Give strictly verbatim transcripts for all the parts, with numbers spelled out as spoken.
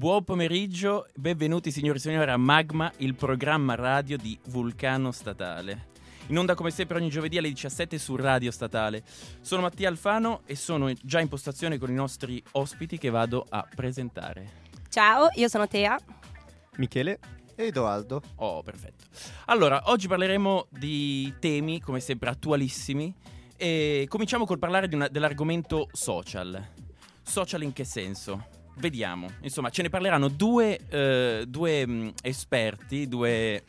Buon pomeriggio, benvenuti signori e signore a Magma, il programma radio di Vulcano Statale. In onda come sempre ogni giovedì alle diciassette su Radio Statale. Sono Mattia Alfano e sono già in postazione con i nostri ospiti che vado a presentare. Ciao, io sono Tea. Michele e Edoardo. Oh, perfetto. Allora, oggi parleremo di temi come sempre attualissimi e cominciamo col parlare di una, dell'argomento social. Social in che senso? Vediamo, insomma, ce ne parleranno due, uh, due mh, esperti, due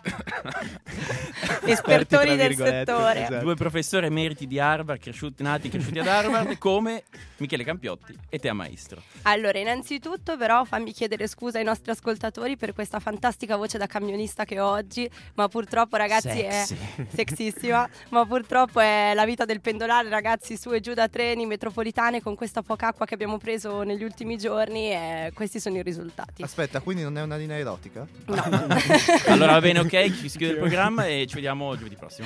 espertori del settore, esatto. Due professori emeriti di Harvard, cresciuti, nati e cresciuti ad Harvard, come Michele Campiotti e Tea Maestro. Allora, innanzitutto però fammi chiedere scusa ai nostri ascoltatori per questa fantastica voce da camionista che ho oggi, ma purtroppo ragazzi Sexy. è sexissima, ma purtroppo è la vita del pendolare, ragazzi, su e giù da treni, metropolitane, con questa poca acqua che abbiamo preso negli ultimi giorni. E questi sono i risultati. Aspetta, quindi non è una linea erotica? No. Allora va bene, ok, ci si chiude il programma e ci vediamo giovedì prossimo.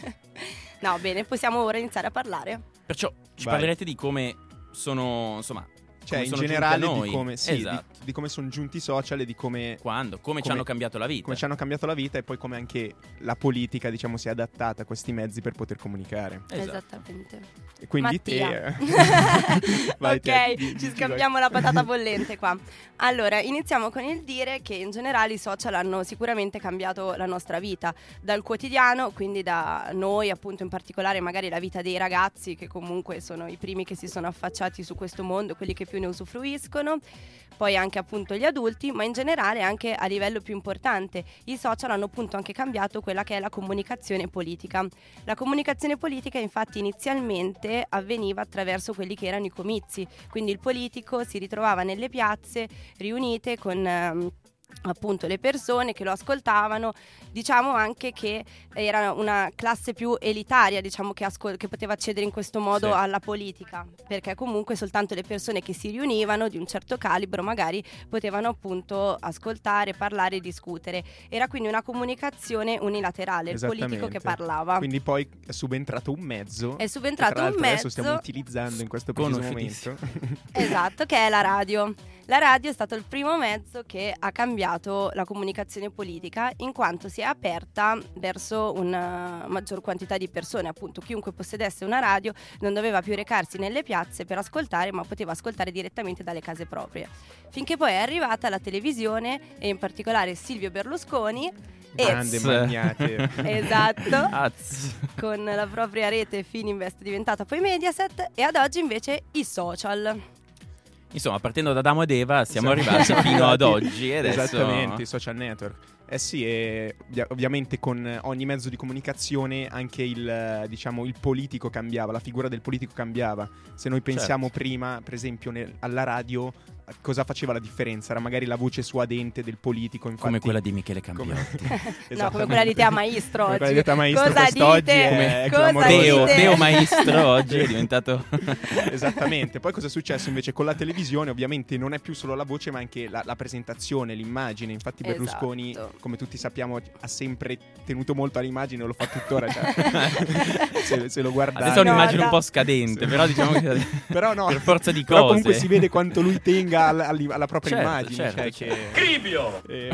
No, bene, possiamo ora iniziare a parlare. Perciò ci Vai. parlerete di come sono, insomma, Cioè come in sono generale giunti a noi. di come, sì, esatto. di, di come sono giunti i social e di come Quando, come, ci come- hanno cambiato la vita. come ci hanno cambiato la vita e poi come anche la politica, diciamo, si è adattata a questi mezzi per poter comunicare. Esatto. Esattamente. E quindi Mattia. te Vai, Ok, te, di- ci dici, scambiamo la patata bollente qua. Allora, iniziamo con il dire che in generale i social hanno sicuramente cambiato la nostra vita dal quotidiano, quindi da noi appunto in particolare magari la vita dei ragazzi che comunque sono i primi che si sono affacciati su questo mondo, quelli che più ne usufruiscono, poi anche appunto gli adulti, ma in generale anche a livello più importante i social hanno appunto anche cambiato quella che è la comunicazione politica. La comunicazione politica infatti inizialmente avveniva attraverso quelli che erano i comizi, quindi il politico si ritrovava nelle piazze riunite con ehm, appunto le persone che lo ascoltavano, diciamo anche che era una classe più elitaria, diciamo che, ascol- che poteva accedere in questo modo Sì. alla politica, perché comunque soltanto le persone che si riunivano di un certo calibro magari potevano appunto ascoltare, parlare e discutere. Era quindi una comunicazione unilaterale, il politico che parlava. Quindi poi è subentrato un mezzo. È subentrato che tra un l'altro adesso mezzo. stiamo utilizzando in questo preciso Conosciutissimo. momento. Esatto, che è la radio. La radio è stato il primo mezzo che ha cambiato la comunicazione politica, in quanto si è aperta verso una maggior quantità di persone. Appunto, chiunque possedesse una radio non doveva più recarsi nelle piazze per ascoltare, ma poteva ascoltare direttamente dalle case proprie. Finché poi è arrivata la televisione e in particolare Silvio Berlusconi. Grande Ez. magnate. Esatto, Az. con la propria rete Fininvest diventata poi Mediaset, e ad oggi invece i social. Insomma, partendo da Adamo ed Eva siamo Siamo arrivati fino ad arrivati- oggi e adesso... Esattamente, i social network. Eh sì, e ovvia- ovviamente con ogni mezzo di comunicazione anche il, diciamo, il politico cambiava, la figura del politico cambiava. Se noi pensiamo Certo. prima, per esempio, nel- alla radio, cosa faceva la differenza? Era magari la voce suadente del politico, infatti, Come quella di Michele come- Campiotti. No, come quella di Tea Maestro Come oggi. quella di Tea Maestro Cosa quest'oggi dite? è- è Cosa clamorosa. Teo, dite? Teo Maestro oggi è diventato... Esattamente. Poi cosa è successo invece con la televisione? Ovviamente non è più solo la voce, ma anche la, la presentazione, l'immagine. Infatti Berlusconi, Esatto. come tutti sappiamo, ha sempre tenuto molto all'immagine, lo fa tuttora. Cioè, se, se lo guardate. Adesso è No, un'immagine da- un po' scadente, però diciamo che... Però no, per forza di però cose. comunque si vede quanto lui tenga al- al- alla propria Certo, immagine. certo, cioè certo. che... Cribio! Eh,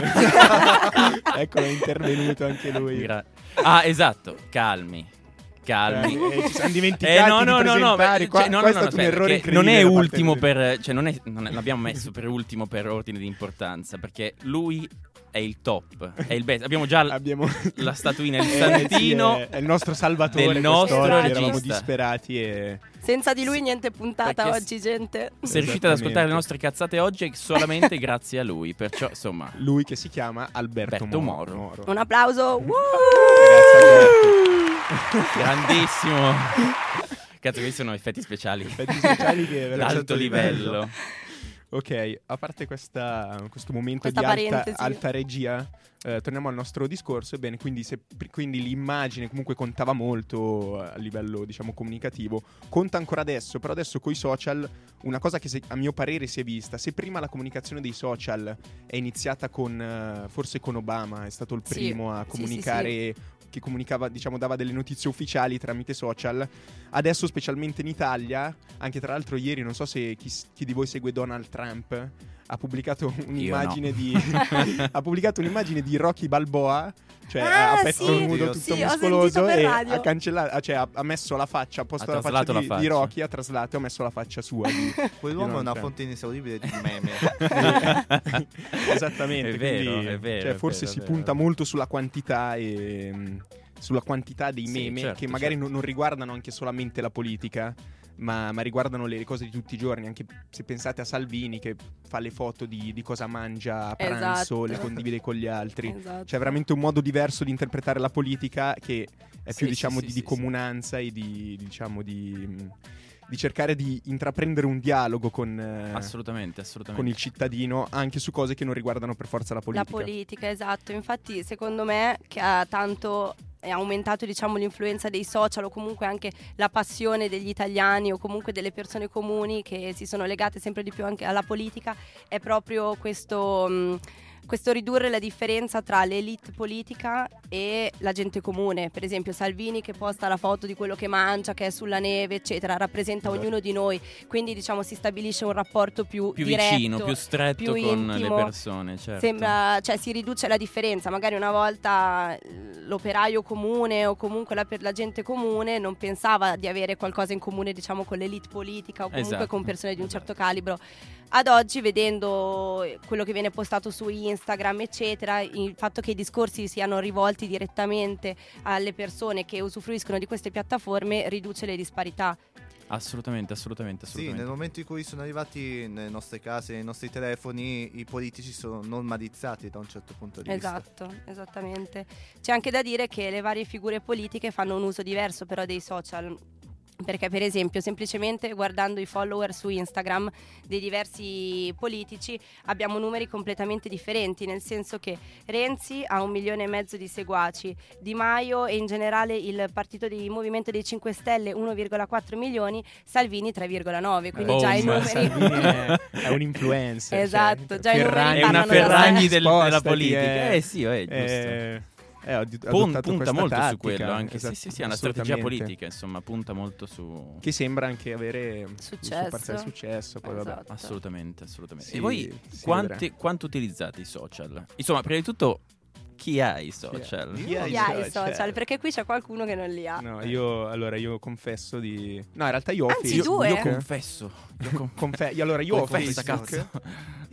ecco, è intervenuto anche lui. Gra- ah, esatto, calmi. Calmi. Eh, eh, ci siamo dimenticati Eh, no, di no, no, no, presentare. beh, Qua- cioè, no, qua no, è no, stato un aspetta, errore perché non è incredibile da parte ultimo di- per, cioè non è, non è- l'abbiamo messo per ultimo per ordine di importanza, perché lui è il top, è il best. Abbiamo già l- Abbiamo la statuina, il Eh, sì, santino è, è il nostro salvatore del nostro quest'oggi, regista. eravamo disperati e Senza di lui niente puntata Perché oggi, gente. Se riuscite ad ascoltare Esattamente. le nostre cazzate oggi è solamente grazie a lui, perciò insomma lui che si chiama Alberto, Alberto Moro. Moro. Un applauso. Woo! Grazie Alberto. grandissimo. Cazzo, questi sono effetti speciali Effetti speciali che veramente d'alto alto livello. Ok, a parte questa, questo momento Questa di alta, parentesi. alta regia, eh, torniamo al nostro discorso. Ebbene, quindi, se, quindi l'immagine comunque contava molto a livello, diciamo, comunicativo. Conta ancora adesso, però adesso coi social una cosa che se, a mio parere si è vista. Se prima la comunicazione dei social è iniziata con, eh, forse con Obama, è stato il Sì, primo a sì, sì, comunicare... che comunicava, diciamo, dava delle notizie ufficiali tramite social. Adesso, specialmente in Italia, anche tra l'altro ieri, non so se chi, chi di voi segue Donald Trump ha pubblicato Io un'immagine no. di ha pubblicato un'immagine di Rocky Balboa, cioè Ah, a petto sì, nudo, sì, tutto sì, ho muscoloso, sentito per e radio. ha cancellato, cioè ha, ha messo la faccia, ha posto Ha la faccia traslato di, la di faccia. Rocky, ha traslato e ha messo la faccia sua di, Quell'uomo di è una Donald fonte inesauribile di meme. Trump. Esattamente, È vero, quindi, è vero, cioè, è forse vero, si è vero. punta molto sulla quantità e mh, sulla quantità dei Sì, meme, certo, che magari certo. non, non riguardano anche solamente la politica, ma, ma riguardano le cose di tutti i giorni. Anche se pensate a Salvini che fa le foto di, di cosa mangia a pranzo, Esatto. le condivide con gli altri. Esatto. C'è veramente un modo diverso di interpretare la politica, che è Sì, più sì, diciamo sì, di, sì, di sì. comunanza e di diciamo di, mh, di cercare di intraprendere un dialogo con, eh, Assolutamente, assolutamente. con il cittadino, anche su cose che non riguardano per forza la politica. La politica, esatto. Infatti, secondo me, che ha tanto è aumentato, diciamo, l'influenza dei social, o comunque anche la passione degli italiani o comunque delle persone comuni che si sono legate sempre di più anche alla politica, è proprio questo mh, questo ridurre la differenza tra l'elite politica e la gente comune. Per esempio Salvini che posta la foto di quello che mangia, che è sulla neve, eccetera, rappresenta Esatto. ognuno di noi, quindi diciamo si stabilisce un rapporto più, più diretto, vicino, più stretto più con intimo. le persone, certo. Sembra, cioè si riduce la differenza. Magari una volta eh, l'operaio comune o comunque la, per la gente comune non pensava di avere qualcosa in comune, diciamo, con l'elite politica o comunque Esatto, con persone di un esatto. certo calibro. Ad oggi, vedendo quello che viene postato su Instagram, eccetera, il fatto che i discorsi siano rivolti direttamente alle persone che usufruiscono di queste piattaforme riduce le disparità. Assolutamente, assolutamente, Sì, assolutamente. nel momento in cui sono arrivati nelle nostre case, nei nostri telefoni, i politici sono normalizzati da un certo punto di vista. Esatto, esattamente. C'è anche da dire che le varie figure politiche fanno un uso diverso però dei social. Perché per esempio semplicemente guardando i follower su Instagram dei diversi politici abbiamo numeri completamente differenti, nel senso che Renzi ha un milione e mezzo di seguaci, Di Maio e in generale il partito di Movimento dei cinque Stelle uno virgola quattro milioni, Salvini tre virgola nove, quindi Boom. già i numeri Salvini è, è un influencer. Esatto, cioè, già i numeri Ferragni- È una parlano da sé. Ferragni del- della Spostati, politica. è- Eh sì, è giusto. è- è ad- Pon- adottato punta questa molto su tattica, quello, anche esatto, sì, sì, sì, è una strategia assolutamente. politica, insomma, punta molto su... Che sembra anche avere il suo Successo. parziale successo. Poi vabbè. Esatto. Assolutamente, assolutamente. Sì, e voi si quanti, vedrà. quanto utilizzate i social? Insomma, prima di tutto, chi ha i social? Chi ha Chi i ha i social? social? Perché qui c'è qualcuno che non li ha. No, io allora io confesso di no, in realtà io ho Anzi, Facebook. due. Io confesso. Io con- Confe- io- allora io ho Confessa, Facebook cazzo.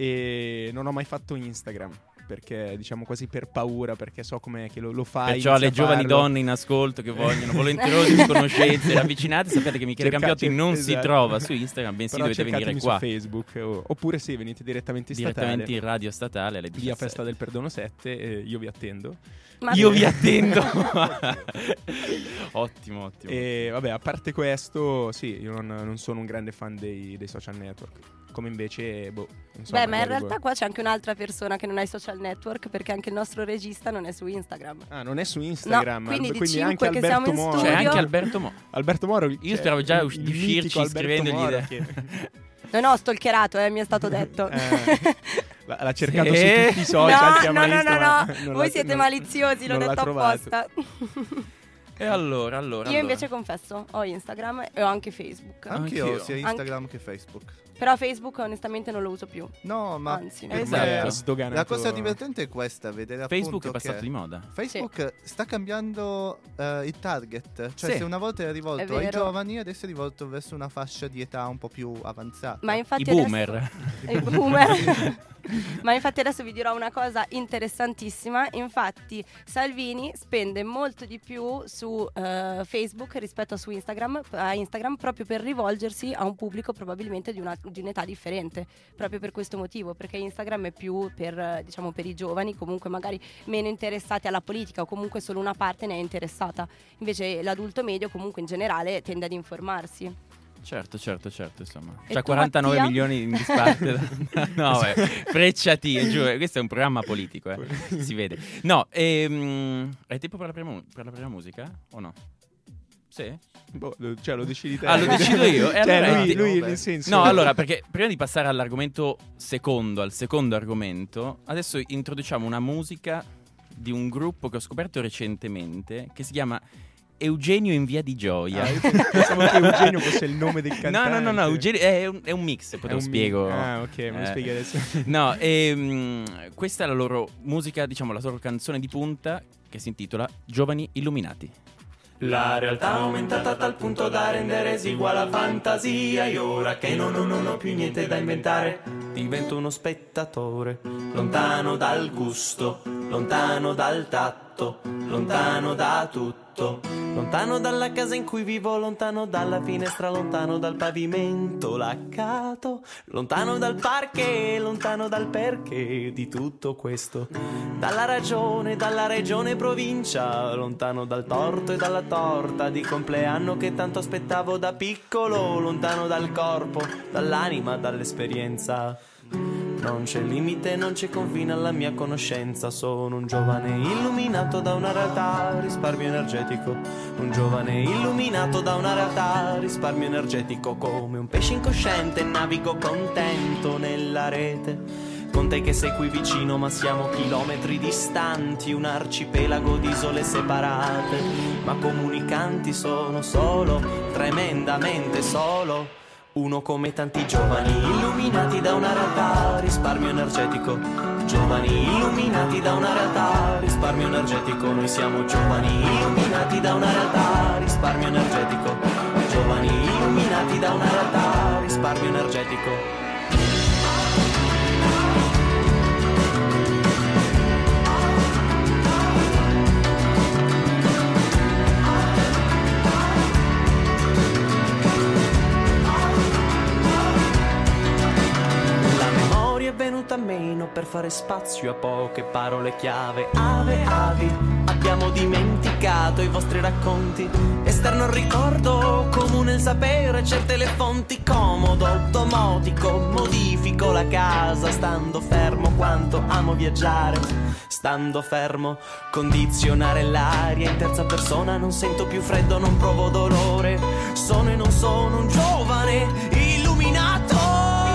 e non ho mai fatto Instagram, perché diciamo quasi per paura, perché so come che lo, lo fai. Perciò alle inizia a giovani farlo. donne in ascolto che vogliono volenterose conoscenze, ravvicinate, sappiate che Michele Cerca- Campiotti non si esatto. trova su Instagram, bensì Però dovete venire cercatemi qua su Facebook o- oppure sì, venite direttamente in direttamente statale, in radio statale alle via diciassette. Festa del Perdono sette, e io vi attendo. Ma Io vi attendo. Ottimo, ottimo. E vabbè, a parte questo, sì, io non, non sono un grande fan dei, dei social network. Come invece, boh, non so, Beh, ma in magari realtà voi- qua c'è anche un'altra persona che non ha i social network, perché anche il nostro regista non è su Instagram. Ah, non è su Instagram, No, quindi Albe- di cinque anche che Alberto siamo in Moro. C'è studio. anche Alberto Mo. Alberto Moro. Io cioè, speravo già il- us- il di uscirci mitico Alberto scrivendogli Moro le- che- Non ho stalkerato, eh, mi è stato detto. Eh, l'ha, l'ha cercato Sì. su tutti i social, no, chiama no, no, Insta, no, ma no. non Voi l'ha- siete non- maliziosi, l'ho non l'ha detto trovato. apposta. E allora, allora. Io allora. invece confesso, ho Instagram e ho anche Facebook. Anch'io, Anch'io. sia Instagram che Facebook. Però Facebook onestamente non lo uso più. No, ma Anzi, per esatto. me Ha sdoganato- la cosa divertente è questa, vedere Facebook appunto è passato che di moda. Facebook sta cambiando eh, il target. Cioè Sì. se una volta era È rivolto ai vero. giovani, adesso è rivolto verso una fascia di età un po' più avanzata. Ma infatti I adesso- boomer. I boomer. Ma infatti adesso vi dirò una cosa interessantissima. Infatti Salvini spende molto di più su eh, Facebook rispetto a su Instagram, a Instagram proprio per rivolgersi a un pubblico probabilmente di, una, di un'età differente, proprio per questo motivo, perché Instagram è più per, eh, diciamo, per i giovani, comunque magari meno interessati alla politica o comunque solo una parte ne è interessata. Invece l'adulto medio comunque in generale tende ad informarsi. Certo, certo, certo, insomma. E C'ha tu, quarantanove Mattia? milioni in disparte. No, beh, frecciati, giù. Questo è un programma politico, eh. Si vede. No, ehm, è tempo per la, prima, mu- per la prima musica? O no? Sì? Boh, lo- cioè lo decidi te. Ah, lo decido io? E Cioè, allora lui, ti- lui Vabbè. nel senso. No, allora, perché prima di passare all'argomento secondo, al secondo argomento, adesso introduciamo una musica di un gruppo che ho scoperto recentemente, che si chiama Eugenio in via di Gioia. Ah, io pensavo che Eugenio fosse il nome del No, cantante. no, no, no, Eugenio è un, è un mix, poi te È lo un spiego. mi- Ah, ok, me lo Eh. spieghi adesso. No, ehm, questa è la loro musica, diciamo la loro canzone di punta che si intitola Giovani Illuminati. La realtà è aumentata a tal punto da rendere esigua la fantasia. E ora che non, non, non ho più niente da inventare, divento uno spettatore, lontano dal gusto, lontano dal tatto, lontano da tutto, lontano dalla casa in cui vivo, lontano dalla finestra, lontano dal pavimento laccato, lontano dal parquet, lontano dal perché di tutto questo, dalla ragione, dalla regione provincia, lontano dal torto e dalla torta di compleanno che tanto aspettavo da piccolo, lontano dal corpo, dall'anima, dall'esperienza. Non c'è limite, non c'è confine alla mia conoscenza. Sono un giovane illuminato da una realtà, risparmio energetico. Un giovane illuminato da una realtà, risparmio energetico. Come un pesce incosciente navigo contento nella rete, con te che sei qui vicino ma siamo chilometri distanti, un arcipelago di isole separate, ma comunicanti sono solo, tremendamente solo. Uno come tanti giovani illuminati da una realtà, risparmio energetico. Giovani illuminati da una realtà, risparmio energetico. Noi siamo giovani illuminati da una realtà, risparmio energetico. Giovani illuminati da una realtà, risparmio energetico. Venuta meno per fare spazio a poche parole chiave. Ave, avi, abbiamo dimenticato i vostri racconti. Esterno il ricordo, comune il sapere, certe le fonti. Comodo, domotico, modifico la casa stando fermo. Quanto amo viaggiare stando fermo, condizionare l'aria in terza persona. Non sento più freddo, non provo dolore. Sono e non sono un giovane illuminato.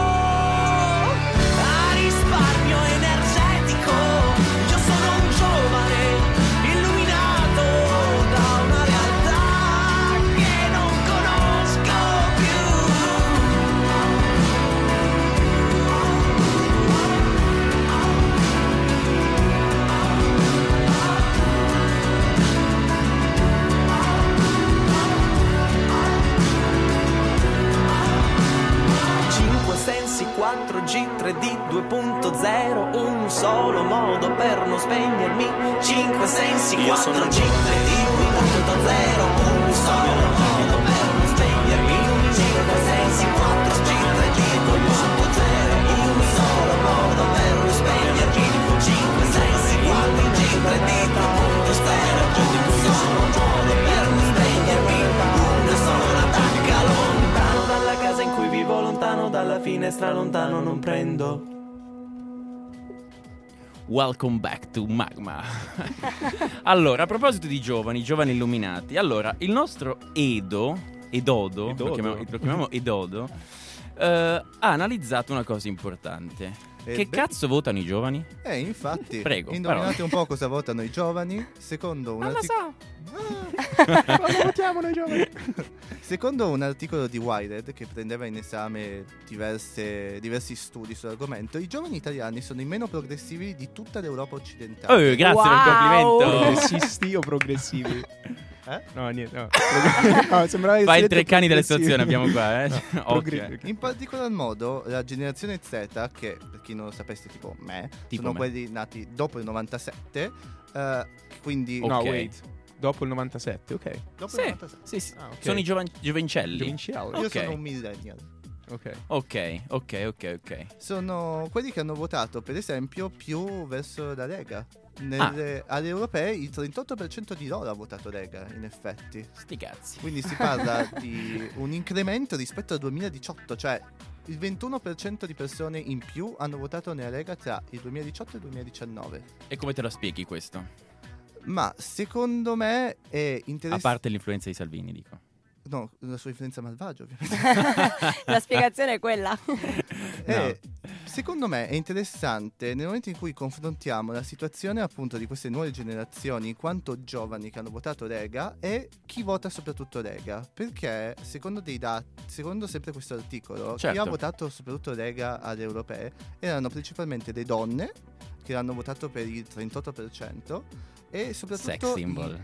quattro G, tre D, due punto zero, un solo modo per non spegnermi. Cinque sensi, quattro G, tre D, due punto zero, un solo modo per non spegnermi. Cinque sensi, quattro G, tre D, due punto zero, un solo modo per non spegnermi. Cinque sensi, quattro G, tre D, due punto zero, un solo modo per non spegnermi. Una sola tacca, lontano dalla casa in cui vivo, lontano dalla finestra, lontano non prendo. Welcome back to Magma. Allora, a proposito di giovani, giovani illuminati, allora, il nostro Edo, Edodo, Edodo. Lo, chiamiamo, lo chiamiamo Edodo, eh, ha analizzato una cosa importante. Eh, Che beh. cazzo votano i giovani? Eh, infatti, Prego, indovinate parola. un po' cosa votano i giovani? Secondo un, Non lo artic- so. Cosa votiamo noi giovani? Secondo un articolo di Wired che prendeva in esame diverse- diversi studi sull'argomento, i giovani italiani sono i meno progressivi di tutta l'Europa occidentale. Oh, grazie per il Wow. complimento. Progressisti o progressivi? Eh? No, niente. No. No, sembrava che Fai si il detto tre cani delle progressivi. situazioni abbiamo qua, eh. No, Occhio, progre- eh. In particolar modo la generazione Z, che per chi non lo sapesse tipo me, Tipo sono me. quelli nati dopo il novantasette, eh, quindi Oh. No, Ok. wait. Dopo il novantasette, ok. dopo Sì, il novantasette. sì, sì. Ah, ok. Sono i giovan- giovincelli. Giovincelli. Io Ok. sono un millennial. Ok. Ok, ok, ok, ok. Sono quelli che hanno votato, per esempio, più verso la Lega. Nelle, Alle europee il trentotto per cento di loro ha votato Lega, in effetti. Sti cazzi. Quindi si parla di un incremento rispetto al duemiladiciotto, cioè il ventuno per cento di persone in più hanno votato nella Lega tra il duemiladiciotto e il duemiladiciannove. E come te la spieghi questo? Ma secondo me è A interessante. parte l'influenza di Salvini, dico. No, la sua influenza malvagia, ovviamente. La spiegazione è quella. Eh, secondo me è interessante nel momento in cui confrontiamo la situazione appunto di queste nuove generazioni in quanto giovani che hanno votato Lega e chi vota soprattutto Lega, perché secondo dei dati, secondo sempre questo articolo, Certo. chi ha votato soprattutto Lega alle europee erano principalmente le donne che hanno votato per il trentotto per cento e soprattutto Sex symbol.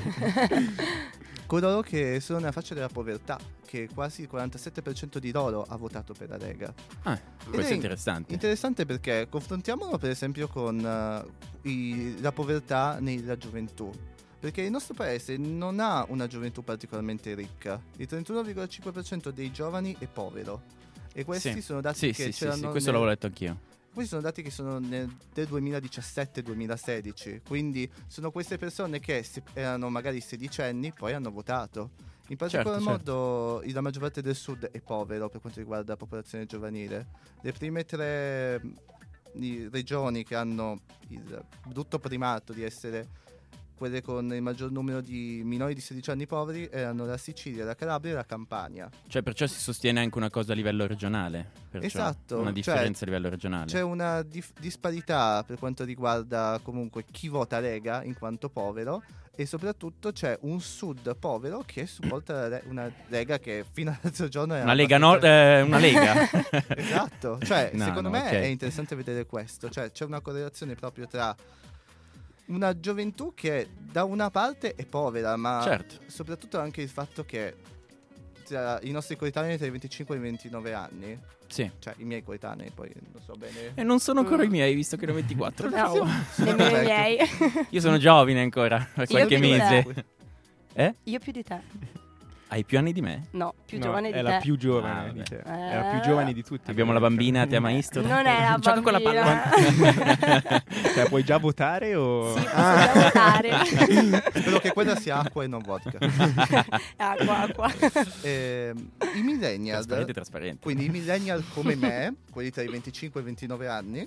coloro che sono nella fascia della povertà, che quasi il quarantasette per cento di loro ha votato per la Lega. Ah, Ed questo è è interessante. Interessante perché confrontiamolo per esempio con uh, i- la povertà nella gioventù. Perché il nostro paese non ha una gioventù particolarmente ricca. Il trentuno virgola cinque per cento dei giovani è povero. E questi Sì. sono dati Sì, che sì, sì, c'erano sì, questo nel- l'avevo letto anch'io. Questi sono dati che sono nel, del duemiladiciassette duemilasedici, quindi sono queste persone che se- erano magari sedicenni poi hanno votato. In particolar Certo, modo la maggior parte del sud è povero per quanto riguarda la popolazione giovanile. Le prime tre mh, i- regioni che hanno il brutto primato di essere quelle con il maggior numero di minori di sedici anni poveri erano la Sicilia, la Calabria e la Campania. Cioè, perciò si sostiene anche una cosa a livello regionale. Perciò Esatto, una cioè, differenza a livello regionale. C'è una dif- disparità per quanto riguarda comunque chi vota Lega in quanto povero e soprattutto c'è un sud povero che supporta la re- una Lega che fino all'altro giorno era Una lega nord, abbastanza- eh, una lega. Esatto, cioè No, secondo no, me ok. è interessante vedere questo, cioè c'è una correlazione proprio tra una gioventù che da una parte è povera, ma Certo. soprattutto anche il fatto che tra i nostri coetanei tra i venticinque e i ventinove anni, Sì. cioè i miei coetanei, poi non so bene. E non sono ancora Mm. i miei, visto che ne ho ventiquattro. No, nemmeno i miei. Io sono giovane ancora, per qualche più di mese. te. Eh? Io più di te. Hai più anni di me? No, più No, giovane è di la te. più giovane Ah, di te. Eh. È la più giovane di tutti. Abbiamo la bambina, te maestro. Non è la Gioca con la bambina. palla. Cioè, puoi già votare o... Sì, posso già votare. Spero che quella sia acqua e non vodka. Acqua, acqua. Ehm, I millennial, Trasparente, trasparente. quindi i millennial come me, quelli tra i venticinque e i ventinove anni,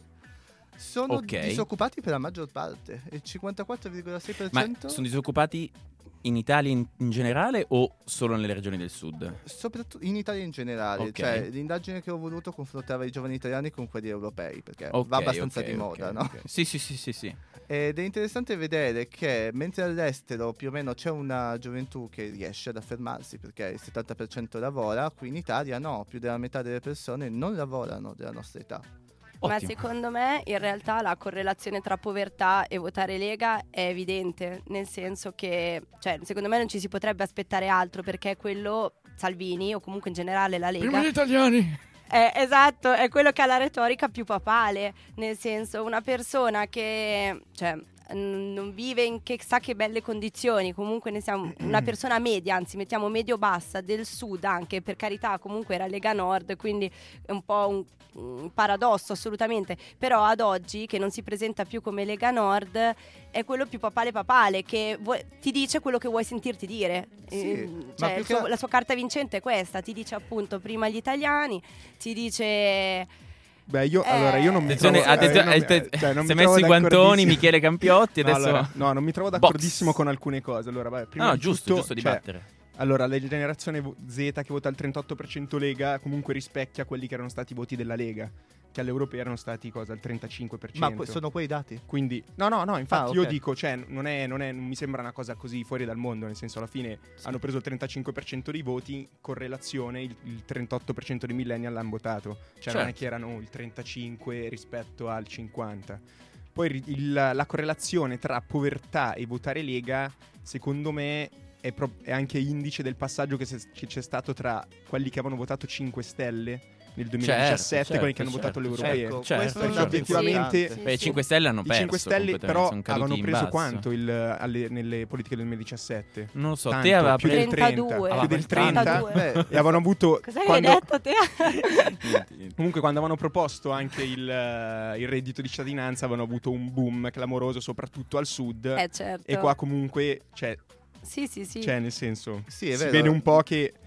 sono Ok. disoccupati per la maggior parte. Il cinquantaquattro virgola sei per Ma cento sono disoccupati in Italia in, in generale o solo nelle regioni del sud? soprattutto in Italia in generale. Ok. Cioè, l'indagine che ho voluto confrontava i giovani italiani con quelli europei, perché Ok, va abbastanza ok, di ok, moda, ok. no? Sì, sì, sì, sì, sì. Ed è interessante vedere che mentre all'estero più o meno c'è una gioventù che riesce ad affermarsi perché il settanta per cento lavora, qui in Italia no, più della metà delle persone non lavorano della nostra età. Ma Ottimo. secondo me in realtà la correlazione tra povertà e votare Lega è evidente, nel senso che, cioè, secondo me non ci si potrebbe aspettare altro perché quello Salvini o comunque in generale la Lega gli italiani. è, esatto, è quello che ha la retorica più papale, nel senso una persona che, cioè, n- non vive in che sa che belle condizioni, comunque ne siamo una persona media, anzi mettiamo medio-bassa del sud anche, per carità comunque era Lega Nord, quindi è un po' un, un paradosso assolutamente, però ad oggi che non si presenta più come Lega Nord è quello più papale papale che vuoi- ti dice quello che vuoi sentirti dire. Sì, Eh, ma cioè, più il suo- che- la sua carta vincente è questa, ti dice appunto prima gli italiani, ti dice Beh, io, Eh. allora, io non mi Attenzione, trovo... eh, io attenzione, non mi- eh, cioè, non si è mi trovo messo i guantoni, d'accordissimo. Michele Campiotti, No, adesso... allora, no, non mi trovo Box. d'accordissimo con alcune cose. Allora, vabbè, prima No, no, di giusto, tutto, giusto cioè, dibattere. allora, la generazione vo- Z che vota il trentotto per cento Lega comunque rispecchia quelli che erano stati i voti della Lega, che alle europee erano stati cosa, il trentacinque per cento. Ma que- sono quei dati? Quindi, no, no, no, infatti Ah, ok. io dico, cioè, non, è, non, è, non mi sembra una cosa così fuori dal mondo, nel senso alla fine hanno preso il trentacinque per cento dei voti, con relazione il, il trentotto per cento dei millennial l'hanno votato, cioè non è Certo. che erano il trentacinque rispetto al cinquanta. Poi ri- il- la correlazione tra povertà e votare Lega, secondo me, è, pro- è anche indice del passaggio che, se- che c'è stato tra quelli che avevano votato cinque Stelle nel duemiladiciassette Certo, e quelli che hanno certo, votato le certo. europee. Ecco, Certo, questo è un certo. dato Effettivamente- importante. Sì, Beh, i sì. cinque Stelle hanno I perso cinque Stelle completamente, però sono caduti avevano in preso basso. quanto il, alle- nelle politiche del duemiladiciassette? Non lo so, Tanto, te aveva più preso... del trenta, trentadue. più del trenta. trentadue. Beh, E avevano avuto cosa hai quando- detto te? Niente, niente. Comunque quando avevano proposto anche il, eh, il reddito di cittadinanza avevano avuto un boom clamoroso soprattutto al sud. Eh certo. E qua comunque cioè, Sì, sì, sì. cioè nel senso Sì, è si vero. vede un po' che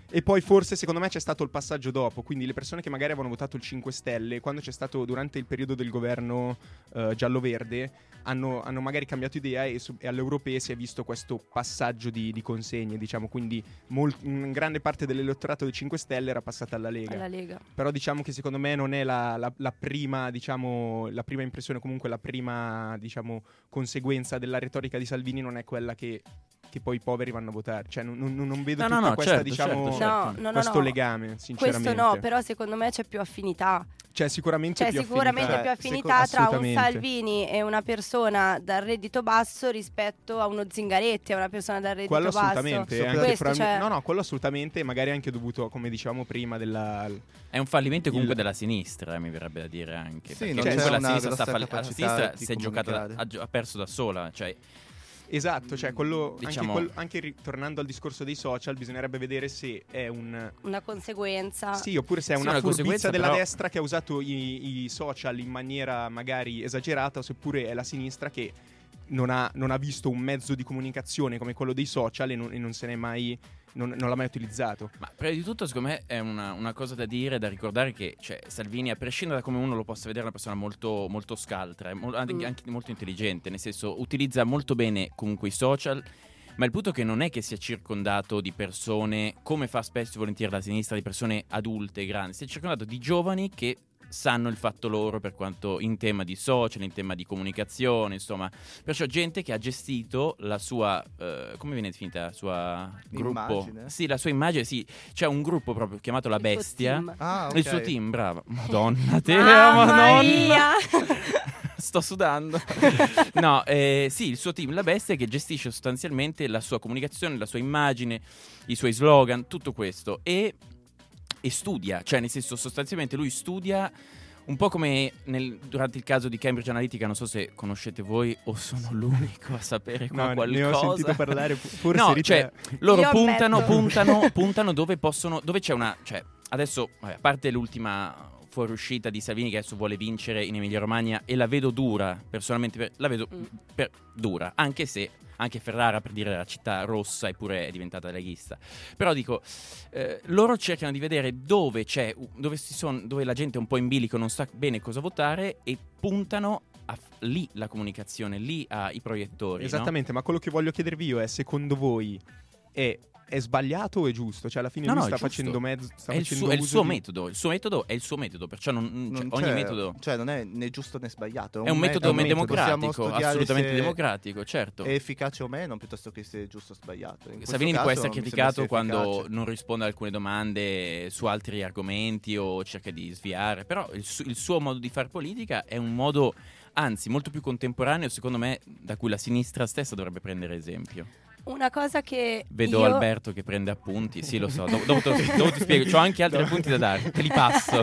E poi forse secondo me c'è stato il passaggio dopo, quindi le persone che magari avevano votato il cinque Stelle, quando c'è stato durante il periodo del governo eh, giallo-verde, hanno, hanno magari cambiato idea e, su, e alle europee si è visto questo passaggio di, di consegne, diciamo, quindi mol, una grande parte dell'elettorato del cinque Stelle era passata alla Lega. Alla Lega. Però diciamo che secondo me non è la, la, la prima, diciamo, la prima impressione, comunque la prima, diciamo, conseguenza della retorica di Salvini non è quella che che poi i poveri vanno a votare, cioè non, non, non vedo no, tutta no, no, questa certo, diciamo certo, certo. No, no, no, questo no. legame, sinceramente. Questo no, però secondo me c'è più affinità. C'è sicuramente C'è più sicuramente affinità. più Cioè, affinità seco- tra un assolutamente. Salvini e una persona dal reddito basso rispetto a uno Zingaretti, a una persona dal reddito Quello basso. assolutamente, Questo, anche Questo, probabilmente- cioè- no no, quello assolutamente, magari anche dovuto, come dicevamo prima, della È un fallimento comunque Il- della sinistra, eh, mi verrebbe da dire anche. Sì, perché non comunque c'è la una sinistra, sta grossa falli- la capacità sinistra di si è giocata, da- comunicare. ha, gio- ha perso da sola. Cioè, esatto, cioè quello Diciamo- anche, quello- anche ritornando al discorso dei social, bisognerebbe vedere se è un Una conseguenza. sì, oppure se è Sì, una una furbizia conseguenza, della però- destra che ha usato i, i social in maniera magari esagerata, o seppure è la sinistra che non ha, non ha visto un mezzo di comunicazione come quello dei social e non, e non se n'è mai non, non l'ha mai utilizzato. ma prima di tutto, secondo me, è una, una cosa da dire, da ricordare che cioè, Salvini, a prescindere da come uno lo possa vedere, è una persona molto, molto scaltra, è mol- anche, Mm. anche molto intelligente, nel senso utilizza molto bene comunque i social. Ma il punto è che non è che sia circondato di persone, come fa spesso e volentieri la sinistra, di persone adulte, grandi, si è circondato di giovani che sanno il fatto loro per quanto in tema di social, in tema di comunicazione, insomma, perciò gente che ha gestito la sua, eh, come viene definita la sua gruppo? Immagine? Sì, la sua immagine, sì, c'è un gruppo proprio chiamato La Il suo Bestia. team. Ah, ok. Il suo team, brava. Madonna, te, Mamma madonna. mia! Sto sudando. No, eh, sì, il suo team, La Bestia, che gestisce sostanzialmente la sua comunicazione, la sua immagine, i suoi slogan, tutto questo. E, e studia, cioè nel senso sostanzialmente lui studia un po' come nel- durante il caso di Cambridge Analytica, non so se conoscete voi o sono l'unico a sapere qua No, qualcosa. ne ho sentito parlare, forse No, Rita- cioè, loro Io puntano, ammetto. puntano, puntano dove possono, dove c'è una, cioè, adesso, vabbè, a parte l'ultima fuoriuscita di Salvini che adesso vuole vincere in Emilia Romagna, e la vedo dura, personalmente, per- la vedo Mm. per- dura, anche se anche Ferrara, per dire, la città rossa, eppure è diventata leghista. Però dico, eh, loro cercano di vedere dove c'è, dove, si son, dove la gente è un po' in bilico, non sa bene cosa votare, e puntano a f- lì la comunicazione, lì ai proiettori. no? Esattamente, ma quello che voglio chiedervi io è: secondo voi è, è sbagliato o è giusto? Cioè alla fine No, lui no, è sta giusto. facendo mezzo sta È il, facendo suo, è il uso suo di- metodo, il suo metodo è il suo metodo, perciò non, cioè, Non ogni c'è- metodo Cioè, non è né giusto né sbagliato. è un metodo metodo, democratico, Possiamo studiare assolutamente se democratico, certo. è efficace o meno, piuttosto che se è giusto o sbagliato. In questo Salvini può caso essere mi sembra criticato sia quando efficace. non risponde ad alcune domande su altri argomenti o cerca di sviare, però il, su- il suo modo di fare politica è un modo, anzi, molto più contemporaneo, secondo me, da cui la sinistra stessa dovrebbe prendere esempio. Una cosa che Vedo io... Alberto che prende appunti, sì lo so, dopo, dopo, te- dopo ti spiego, ho anche altri appunti da dare, te li passo.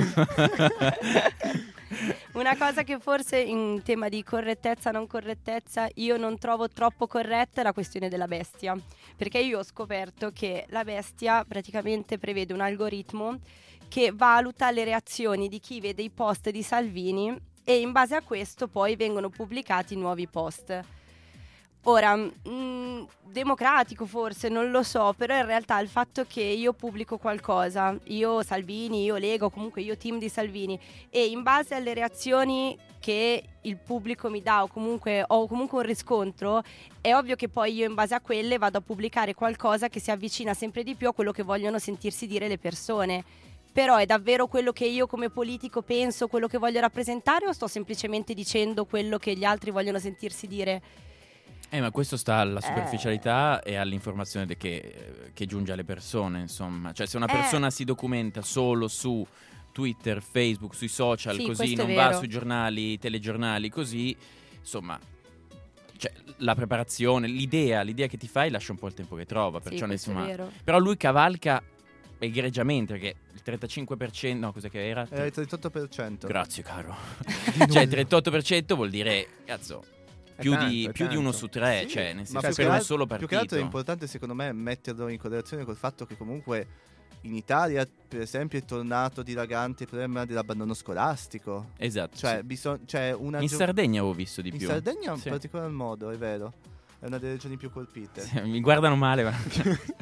Una cosa che forse in tema di correttezza non correttezza io non trovo troppo corretta è la questione della bestia, perché io ho scoperto che la bestia praticamente prevede un algoritmo che valuta le reazioni di chi vede i post di Salvini e in base a questo poi vengono pubblicati nuovi post. Ora, mh, democratico forse, non lo so, però in realtà il fatto che io pubblico qualcosa, io Salvini, io Lega, o comunque io team di Salvini, e in base alle reazioni che il pubblico mi dà o comunque ho comunque un riscontro, è ovvio che poi io in base a quelle vado a pubblicare qualcosa che si avvicina sempre di più a quello che vogliono sentirsi dire le persone. Però è davvero quello che io come politico penso, quello che voglio rappresentare, o sto semplicemente dicendo quello che gli altri vogliono sentirsi dire? Eh, ma questo sta alla superficialità e all'informazione de- che, che giunge alle persone, insomma. Cioè, se una Eh. persona si documenta solo su Twitter, Facebook, sui social, Sì, così, questo è non va vero. sui giornali, telegiornali, così, insomma, cioè, la preparazione, l'idea, l'idea che ti fai lascia un po' il tempo che trova. Sì, Perciò, questo è insomma, vero. però lui cavalca egregiamente, perché il trentacinque per cento, no, cos'è che era? È il trentotto per cento. Grazie, caro. Cioè, il trentotto per cento vuol dire, cazzo, È più, tanto, di, è più di uno tanto. su tre, Sì, cioè, nel ma senso, più per che un al- solo Più che altro è partito. importante secondo me metterlo in correlazione col fatto che comunque in Italia per esempio è tornato dilagante il problema dell'abbandono scolastico. Esatto. Cioè, sì. bisog- cioè una In gio- Sardegna avevo visto di in più. Sardegna in Sì. particolar modo, è vero. È una delle regioni più colpite. Sì, mi guardano male. Ma...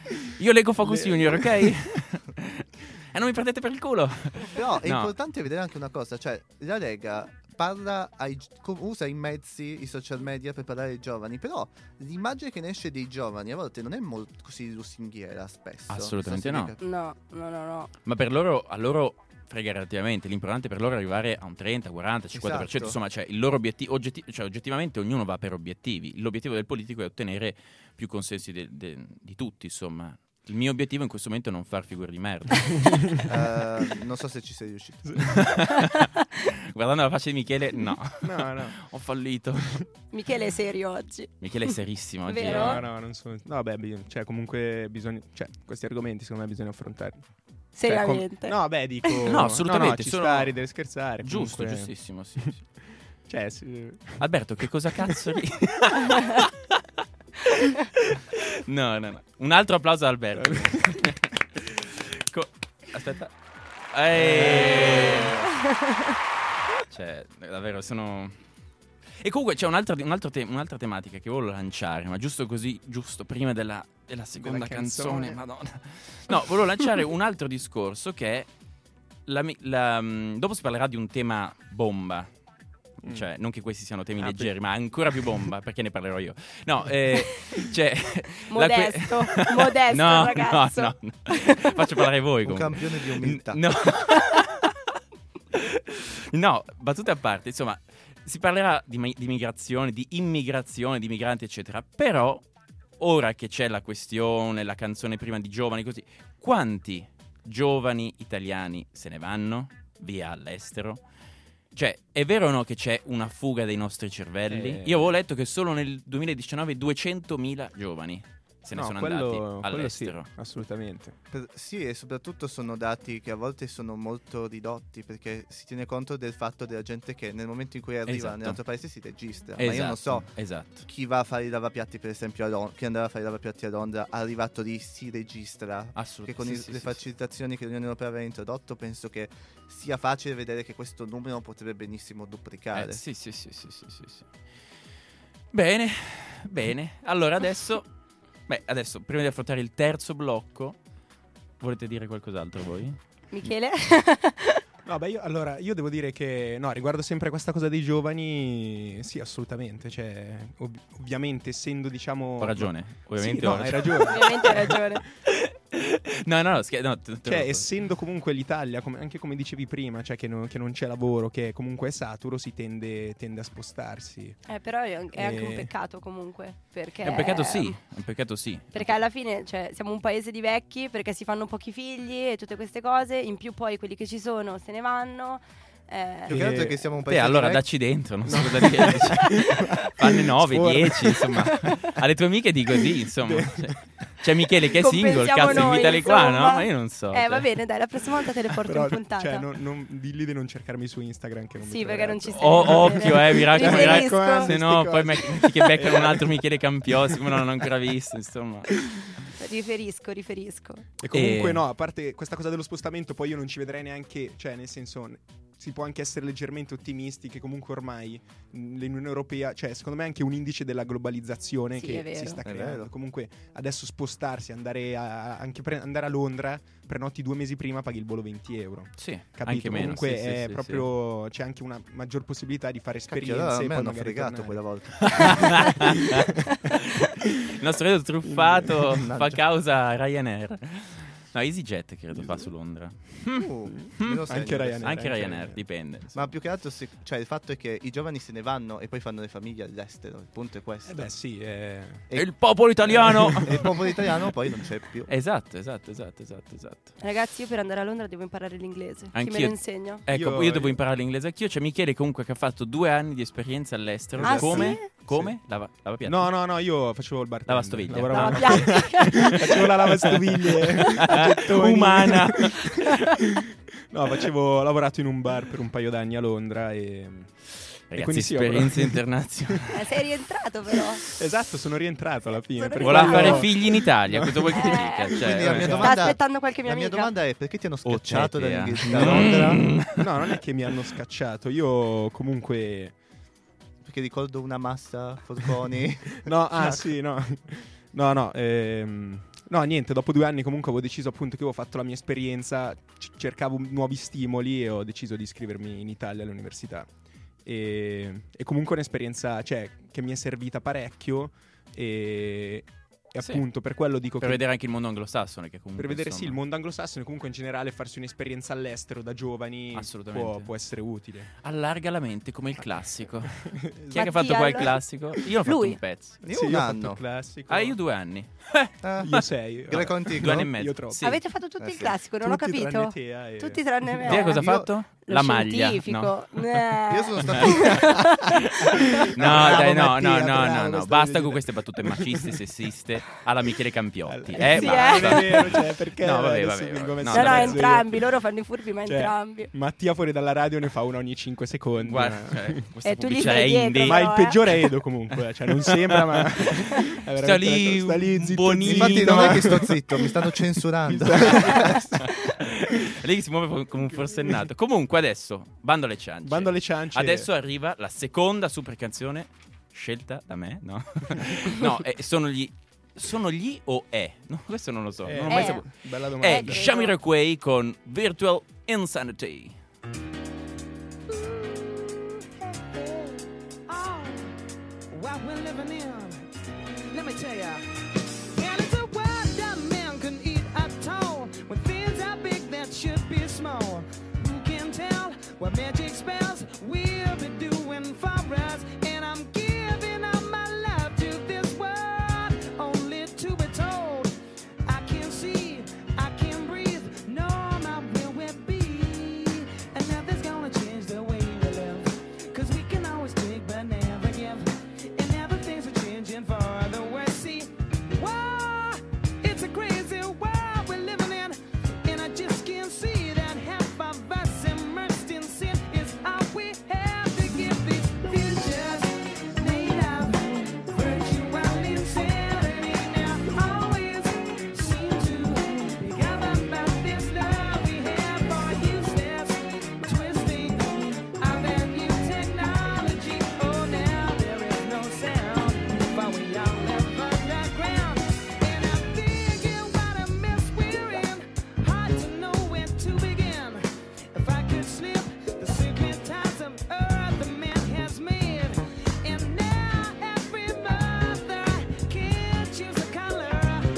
Io leggo Focus Le- Junior, ok? E non mi prendete per il culo. Però è No. importante vedere anche una cosa, cioè la Lega parla ai, gi- com- usa i mezzi, i social media per parlare ai giovani, però l'immagine che ne esce dei giovani a volte non è molto così lusinghiera spesso. Assolutamente Non so no. se mi No, no, no, no. Ma per loro, a loro frega relativamente. L'importante per loro è arrivare a un trenta, quaranta, cinquanta per cento. Esatto. Insomma, cioè, il loro obiettivo, oggetti- cioè, oggettivamente ognuno va per obiettivi. L'obiettivo del politico è ottenere più consensi de- de- di tutti, insomma. Il mio obiettivo in questo momento è non far figure di merda. Eh, non so se ci sei riuscito. Guardando la faccia di Michele, no. No, no. Ho fallito. Michele è serio oggi. Michele è serissimo oggi. Vero? eh. No, no, non sono. No, beh, bi- cioè, comunque bisogna. Cioè, questi argomenti secondo me bisogna affrontarli. Cioè, com- Seriamente. no, beh, dico. No, assolutamente, No, ci sono- sta a ridere e scherzare. Giusto, comunque- giustissimo, sì, sì. Cioè, sì. Alberto, che cosa cazzo ri- No, no, no. Un altro applauso ad Alberto. Co- Aspetta. Eeeh. Cioè, davvero, sono... E comunque c'è un altro, un altro te- un'altra tematica che volevo lanciare, ma giusto così, giusto prima della, della seconda Della canzone. canzone. Madonna. No, volevo lanciare un altro discorso che è... La, mi- la- mh, dopo si parlerà di un tema bomba. Mm. Cioè, non che questi siano temi Ah, leggeri, ma ancora più bomba, perché ne parlerò io. No, eh, cioè... la que- Modesto, modesto no, ragazzo. No, no, no. Faccio parlare voi Un comunque. campione di umiltà. No. No, battute a parte, insomma, si parlerà di, mi- di migrazione, di immigrazione, di migranti, eccetera. Però, ora che c'è la questione, la canzone prima di giovani, così, quanti giovani italiani se ne vanno via all'estero? Cioè, è vero o no che c'è una fuga dei nostri cervelli? Eh. Io avevo letto che solo nel duemiladiciannove duecentomila giovani se ne No, sono quello, andati quello sì, all'estero. assolutamente. Per- sì, e soprattutto sono dati che a volte sono molto ridotti perché si tiene conto del fatto della gente che nel momento in cui arriva Esatto. nell'altro paese si registra. Esatto, Ma io non so esatto. chi va a fare i lavapiatti, per esempio, a Londra, chi andava a fare i lavapiatti a Londra, arrivato lì si registra. Assolutamente. Che con sì, i- sì, le sì, facilitazioni che l'Unione Europea aveva introdotto, penso che sia facile vedere che questo numero potrebbe benissimo sì. duplicare. Eh, sì, sì, sì, sì, sì, sì, sì. Bene, bene. Allora adesso, beh, adesso prima di affrontare il terzo blocco, volete dire qualcos'altro voi? Michele? No, beh, io, allora, io devo dire che, no, riguardo sempre questa cosa dei giovani, sì, assolutamente, cioè, ov- ovviamente, essendo, diciamo... Ho ragione, ovviamente Sì, no, ho hai ragione. ragione. Ovviamente hai ragione. No, no, no, scher- no, te- te Cioè, lo so. essendo comunque l'Italia, come- anche come dicevi prima, cioè che, non- che non c'è lavoro, che comunque è saturo, si tende, tende a spostarsi. Eh, però è è anche un Eh. peccato comunque. Perché... È un peccato sì, è un peccato sì. Perché alla fine, cioè, siamo un paese di vecchi, perché si fanno pochi figli e tutte queste cose. In più poi quelli che ci sono se ne vanno. Eh, Più che altro è che siamo un paese Te allora di dacci dentro, non so cosa dire. Fanne nove, Sforra. dieci, insomma. Alle tue amiche di così, insomma. Cioè, c'è Michele che è single, Compensiamo cazzo, noi, invitali qua, no? insomma. Ma io non so. Eh, cioè. va bene, dai, la prossima volta te le porto Però, in puntata. cioè, non, non, dilli di non cercarmi su Instagram che non Sì, mi perché non ci troveranno. sei. Oh, occhio, eh, mi raccomando, mi Riferisco. raccomando. Se no, Queste poi cose. metti che beccano un altro Michele Campiosi, come non l'hanno ancora visto, insomma. Riferisco, riferisco. E comunque E- no, a parte questa cosa dello spostamento, poi io non ci vedrei neanche, cioè nel senso n- si può anche essere leggermente ottimisti che comunque ormai mh, l'Unione Europea, cioè secondo me è anche un indice della globalizzazione Sì, che è vero. si sta È creando. vero. Comunque adesso spostarsi, andare a, anche pre- andare a Londra, prenoti due mesi prima, paghi il volo venti euro. Sì, Capito? anche meno. Comunque sì, sì, è sì, proprio c'è anche una maggior possibilità di fare Cacchio, esperienze allora a e me poi hanno magari fregato tornare. quella volta. sì. Il nostro vedo truffato Mannaggia. fa causa a Ryanair. No, EasyJet credo fa su Londra. Uh, me lo segno Anche Ryanair. adesso. Anche anche Ryanair, Ryanair. dipende. Ma più che altro, se- cioè, il fatto è che i giovani se ne vanno e poi fanno le famiglie all'estero. Il punto è questo. Eh beh sì, è... E il popolo italiano! E il popolo italiano poi non c'è più. Esatto, esatto, esatto, esatto, esatto. Ragazzi, io per andare a Londra devo imparare l'inglese. Chi me Anch'io. lo insegna? Ecco, io, Io- devo imparare l'inglese anch'io. C'è Michele comunque che ha fatto due anni di esperienza all'estero. Ah, Come? sì? Come? Lava, lavapiatti? No, no, no, io facevo il bartender. Lavastoviglie. Lavoravo- Lavapiatti. facevo la lavastoviglie a gettoni. Umana. No, facevo, ho lavorato in un bar per un paio d'anni a Londra e... Ragazzi, quindi sì, ho- esperienze internazionali. Eh, sei rientrato però. Esatto, sono rientrato alla fine. Sono per Voleva quello- fare figli in Italia, cosa vuoi che ti Eh. dica? Cioè, Quindi la mia eh. Sta domanda, aspettando qualche mia la mia amica. domanda è: perché ti hanno Oh, scocciato Tete, dall'Inghilterra? eh. da Londra? Mm. No, non è che mi hanno scacciato, io comunque... Perché ricordo una massa Forconi. No, ah Ecco. sì, no. No, no, ehm... No, niente, dopo due anni comunque avevo deciso appunto che avevo fatto la mia esperienza, c- cercavo nuovi stimoli e ho deciso di iscrivermi in Italia all'università. E, e comunque un'esperienza, cioè, che mi è servita parecchio e... E Sì. appunto per quello dico Per che vedere anche il mondo anglosassone, che comunque per vedere insomma, sì il mondo anglosassone, comunque in generale farsi un'esperienza all'estero da giovani Assolutamente. può, può essere utile. allarga la mente come il classico. Chi è che ha Mattia, fatto qua il allora- classico? Io ho fatto Lui. un pezzo. Io Sì, un io ho fatto anno. il classico. Ah, io due anni. Ah, Io sei. greco antico? Due anni e mezzo. Io troppo. Sì. Avete fatto tutti Eh il sì. classico, non Tutti ho capito. tranne Tea e- Tutti tranne me. Te cosa ha Io- fatto? Lo La maglia. scientifico. No, Eh. Io sono stato no Bravo, dai, no, Mattia, no, no, bravo, no, no. questa Basta velocità. con queste battute maciste, sessiste alla Michele Campiotti. Eh, Eh, sì, basta. Non è vero, cioè, perché No, vabbè, adesso vabbè, vengo vabbè. messo No, No, no, in mezzo io. entrambi, loro fanno i furbi, ma Cioè, entrambi. Mattia fuori dalla radio ne fa una ogni cinque secondi. Guarda, ma- cioè, questa E tu gli pubblicità stai è dietro, indie. Ma il però, eh. peggiore è Edo comunque, cioè non sembra ma è veramente Sta lì, sta lì zitto, bonino. zitto. Infatti non è che sto zitto, mi stanno censurando. Lei si muove come un forsennato. Comunque adesso, bando alle ciance. Bando alle ciance. Adesso arriva la seconda super canzone scelta da me, no? No, eh, sono gli sono gli o è? No, questo non lo so, Eh, non ho mai Eh. saputo. Bella È domanda. credo. Jamiroquai con Virtual Insanity. Oh, what we're living in. Let me tell ya. And it's a world that man can eat at all. When things are big that should be small. Who can tell what magic spells we'll be doing for us? And I'm giving all my love to this world, only to be told I can't see, I can't breathe, no, my will will be. And nothing's gonna change the way we live. Cause we can always take but never give. And now the things are changing for the worse. See, whoa, it's a crazy world we're living in. And I just can't see that half of us immersed in sin is all we have to give these futures made of virtual insanity. Now always seem to be governed by this love we have for useless twisting of that new technology. Oh, now there is no sound, but we all live underground. And I'm thinking what a mess we're in. Hard to know where to begin. If I could slip the secret ties of earth the man has made. And now every mother can choose a color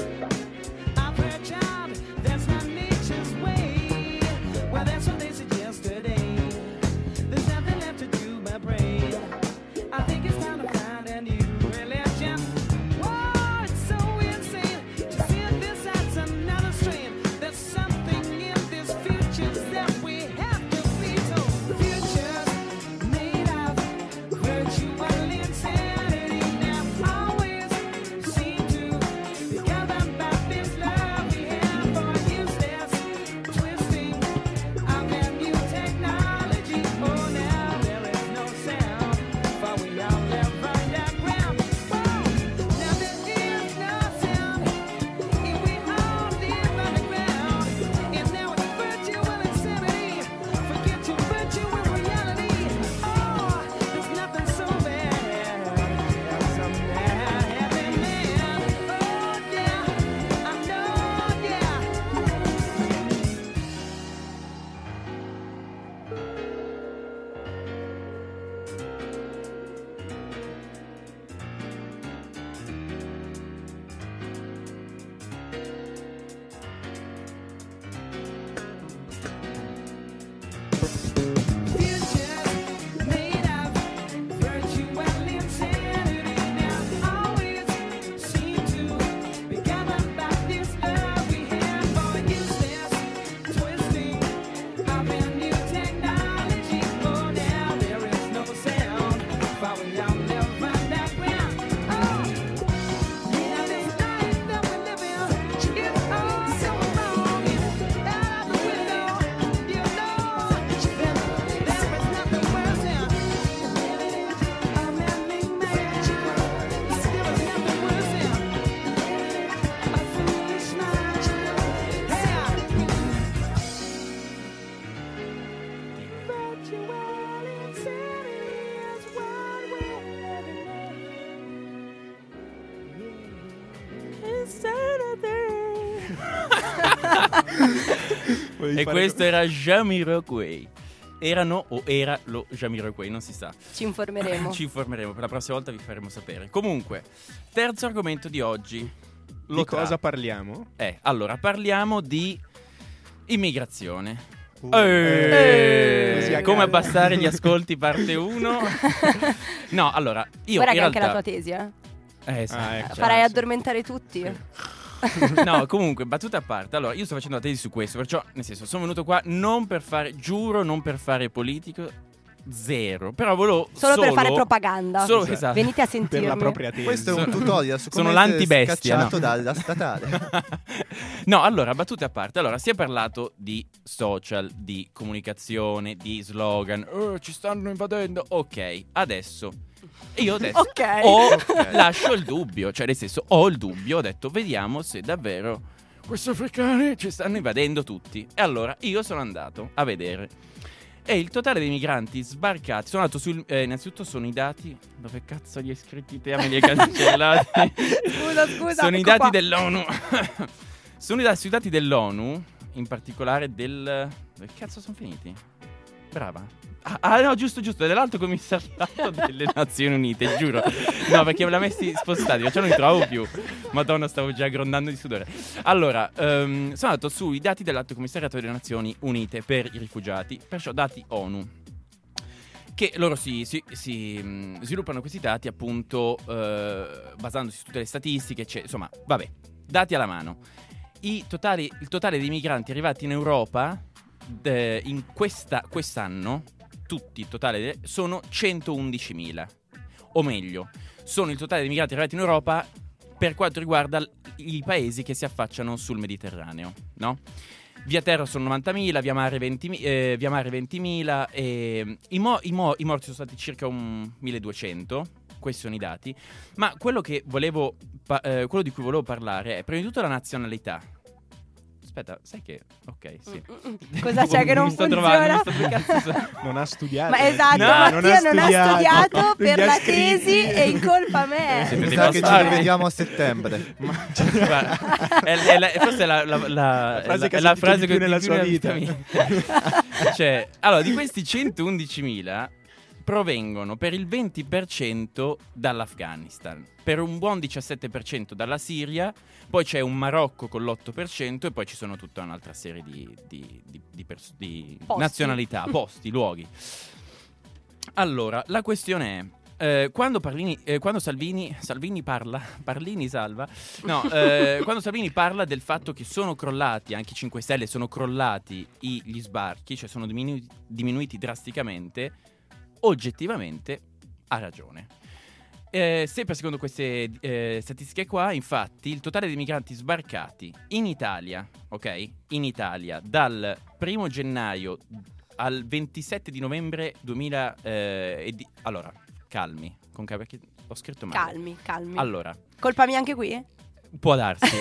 of her child. That's not nature's way. Well, that's what they said yesterday. There's nothing left to do but pray. I think it's time to find a new religion. Whoa, it's so insane to see this as another strain. There's something in this future that we have to be told. Futures made of virtual insanity now always seem to be governed by this love we have for useless twisting of that new technology. Oh, now there is no sound, for we all live underground. Whoa, now there is no sound, if we all live underground. And now it's virtual insanity. Forget your virtual reality. Oh, there's nothing so bad as some mad happy man. Oh, yeah, I know, yeah. Futures made of virtual insanity now always seem to be governed by this love we have for useless twisting of a new technology. Oh, now there is no sound, for we all live underground. Oh, now this life that we live in is all so wrong. Out of the window, you know that there is nothing worse than living in a man-made mansion. There is nothing worse than a foolish night. Yeah. Virtual insanity is what we're living in. Insanity. Volevi E fare questo co- era Jamiroquai. Erano o era lo Jamiroquai, non si sa. Ci informeremo. Ci informeremo, per la prossima volta vi faremo sapere. Comunque, terzo argomento di oggi. Lo Di tra- cosa parliamo? Eh, allora, parliamo di immigrazione. Uh, Eh, così a come caso. abbassare gli ascolti parte uno. No, allora, io Guarda in che anche la realtà tua tesi, eh. Eh, sì. Ah, ecco. Farai sì. addormentare tutti. No, comunque, battute a parte. Allora, io sto facendo la tesi su questo, perciò, nel senso, sono venuto qua non per fare, giuro, non per fare politico, zero. Però volevo Solo, per fare propaganda. Solo, Esatto. esatto. Venite a Per sentirmi. la propria tesi. Questo è un Sono- tutorial su come sono essere l'antibestia, scacciato no? dalla statale. No, allora, battute a parte. Allora, si è parlato di social, di comunicazione, di slogan. "Oh, ci stanno invadendo. Ok, adesso. E io ho detto, Ok. ho, Ok. lascio il dubbio. Cioè, nel senso, ho il dubbio. Ho detto, vediamo se davvero questi africani ci stanno invadendo tutti. E allora, io sono andato a vedere. E il totale dei migranti sbarcati. Sono andato sul. Eh, innanzitutto sono i dati. Dove cazzo li hai scritti te? Me li hai cancellati. Scusa, scusa. Sono i ecco dati qua. dell'ONU. Sono i dati, sui dati dell'ONU, in particolare del. Dove cazzo sono finiti? Brava. Ah, ah, no, giusto, giusto, dell'Alto Commissariato delle Nazioni Unite, giuro. No, perché me l'ha messi spostati, perciò non li trovo più. Madonna, stavo già grondando di sudore. Allora, ehm, sono andato sui dati dell'Alto Commissariato delle Nazioni Unite per i rifugiati, perciò dati ONU. Che loro si, si- si, mh, sviluppano questi dati appunto eh, basandosi su tutte le statistiche, cioè, insomma, vabbè, dati alla mano. I totali, il totale dei migranti arrivati in Europa de- in questa, quest'anno, tutti il totale, de- sono centoundicimila. O meglio, sono il totale dei migranti arrivati in Europa per quanto riguarda l- i paesi che si affacciano sul Mediterraneo, no? Via terra sono novantamila, via mare, venti, eh, via mare ventimila, e i, mo- i mo- i morti sono stati circa un milleduecento, questi sono i dati, ma quello che volevo, pa- eh, quello di cui volevo parlare è prima di tutto la nazionalità. Aspetta, sai che, ok, sì. Mm, mm, mm. Cosa c'è che non Mi sto funziona? trovando, mi sto- dove cazzo sono? Non ha studiato. Ma esatto, No, Mattia non ha studiato. studiato Non per li ha la scritti. tesi e in colpa a me. Siete Mi dei sa che ci bastardi. rivediamo a settembre. Guarda, è, è la, forse è la, la, la, La frase è che ha la sentito frase di più nella sua vita. mia. Cioè, allora, di questi centoundicimila provengono per il venti per cento dall'Afghanistan, per un buon diciassette per cento dalla Siria, poi c'è un Marocco con l'otto per cento e poi ci sono tutta un'altra serie di, di, di, di, pers- di Posti. nazionalità, posti, luoghi. Allora, la questione è, eh, quando, Parlini, eh, quando Salvini, Salvini parla, Parlini salva, no, eh, quando Salvini parla del fatto che sono crollati, anche i cinque Stelle sono crollati i- gli sbarchi, cioè sono diminuiti, diminuiti drasticamente, oggettivamente ha ragione. Eh, sempre secondo queste eh, statistiche qua, infatti, il totale dei migranti sbarcati in Italia, ok? In Italia, dal primo gennaio al ventisette di novembre duemila eh, e di- allora, calmi, con ca- perché ho scritto male. Calmi, calmi. Allora, Colpa mia anche qui? può darsi.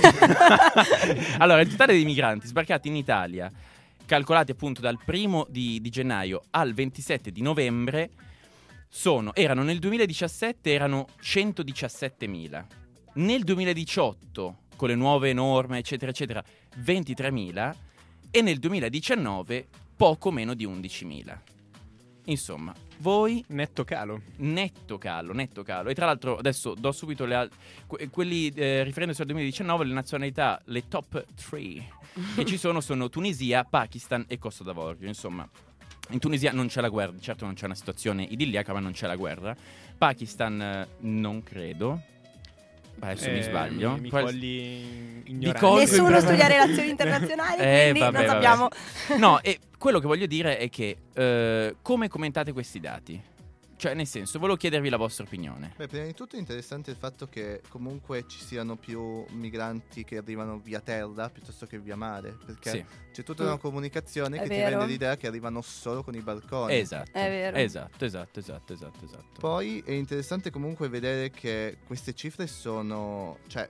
Allora, il totale dei migranti sbarcati in Italia, calcolati appunto dal primo di, di gennaio al ventisette di novembre, sono, erano nel duemiladiciassette erano centodiciassettemila. Nel duemiladiciotto, con le nuove norme, eccetera, eccetera, ventitremila. E nel duemiladiciannove poco meno di undicimila. Insomma, voi Netto calo. netto calo, netto calo. E tra l'altro adesso do subito le al- que- quelli eh, riferendosi al duemiladiciannove, le nazionalità, le top tre che ci sono sono Tunisia, Pakistan e Costa d'Avorio. Insomma, in Tunisia non c'è la guerra, certo non c'è una situazione idilliaca, ma non c'è la guerra. Pakistan eh, non credo. Adesso mi Eh, sbaglio. Mi, mi Qual- cogli ignorante. colgo Nessuno in- studia relazioni internazionali, Eh, quindi vabbè, non vabbè. sappiamo. No, e quello che voglio dire è che eh, come commentate questi dati? Cioè, nel senso, volevo chiedervi la vostra opinione. Beh, prima di tutto è interessante il fatto che comunque ci siano più migranti che arrivano via terra piuttosto che via mare, perché Sì, c'è tutta Mm. una comunicazione È che ti vero. rende l'idea che arrivano solo con i barconi. esatto. È vero. Esatto, esatto, esatto, esatto, esatto. Poi è interessante comunque vedere che queste cifre sono, cioè,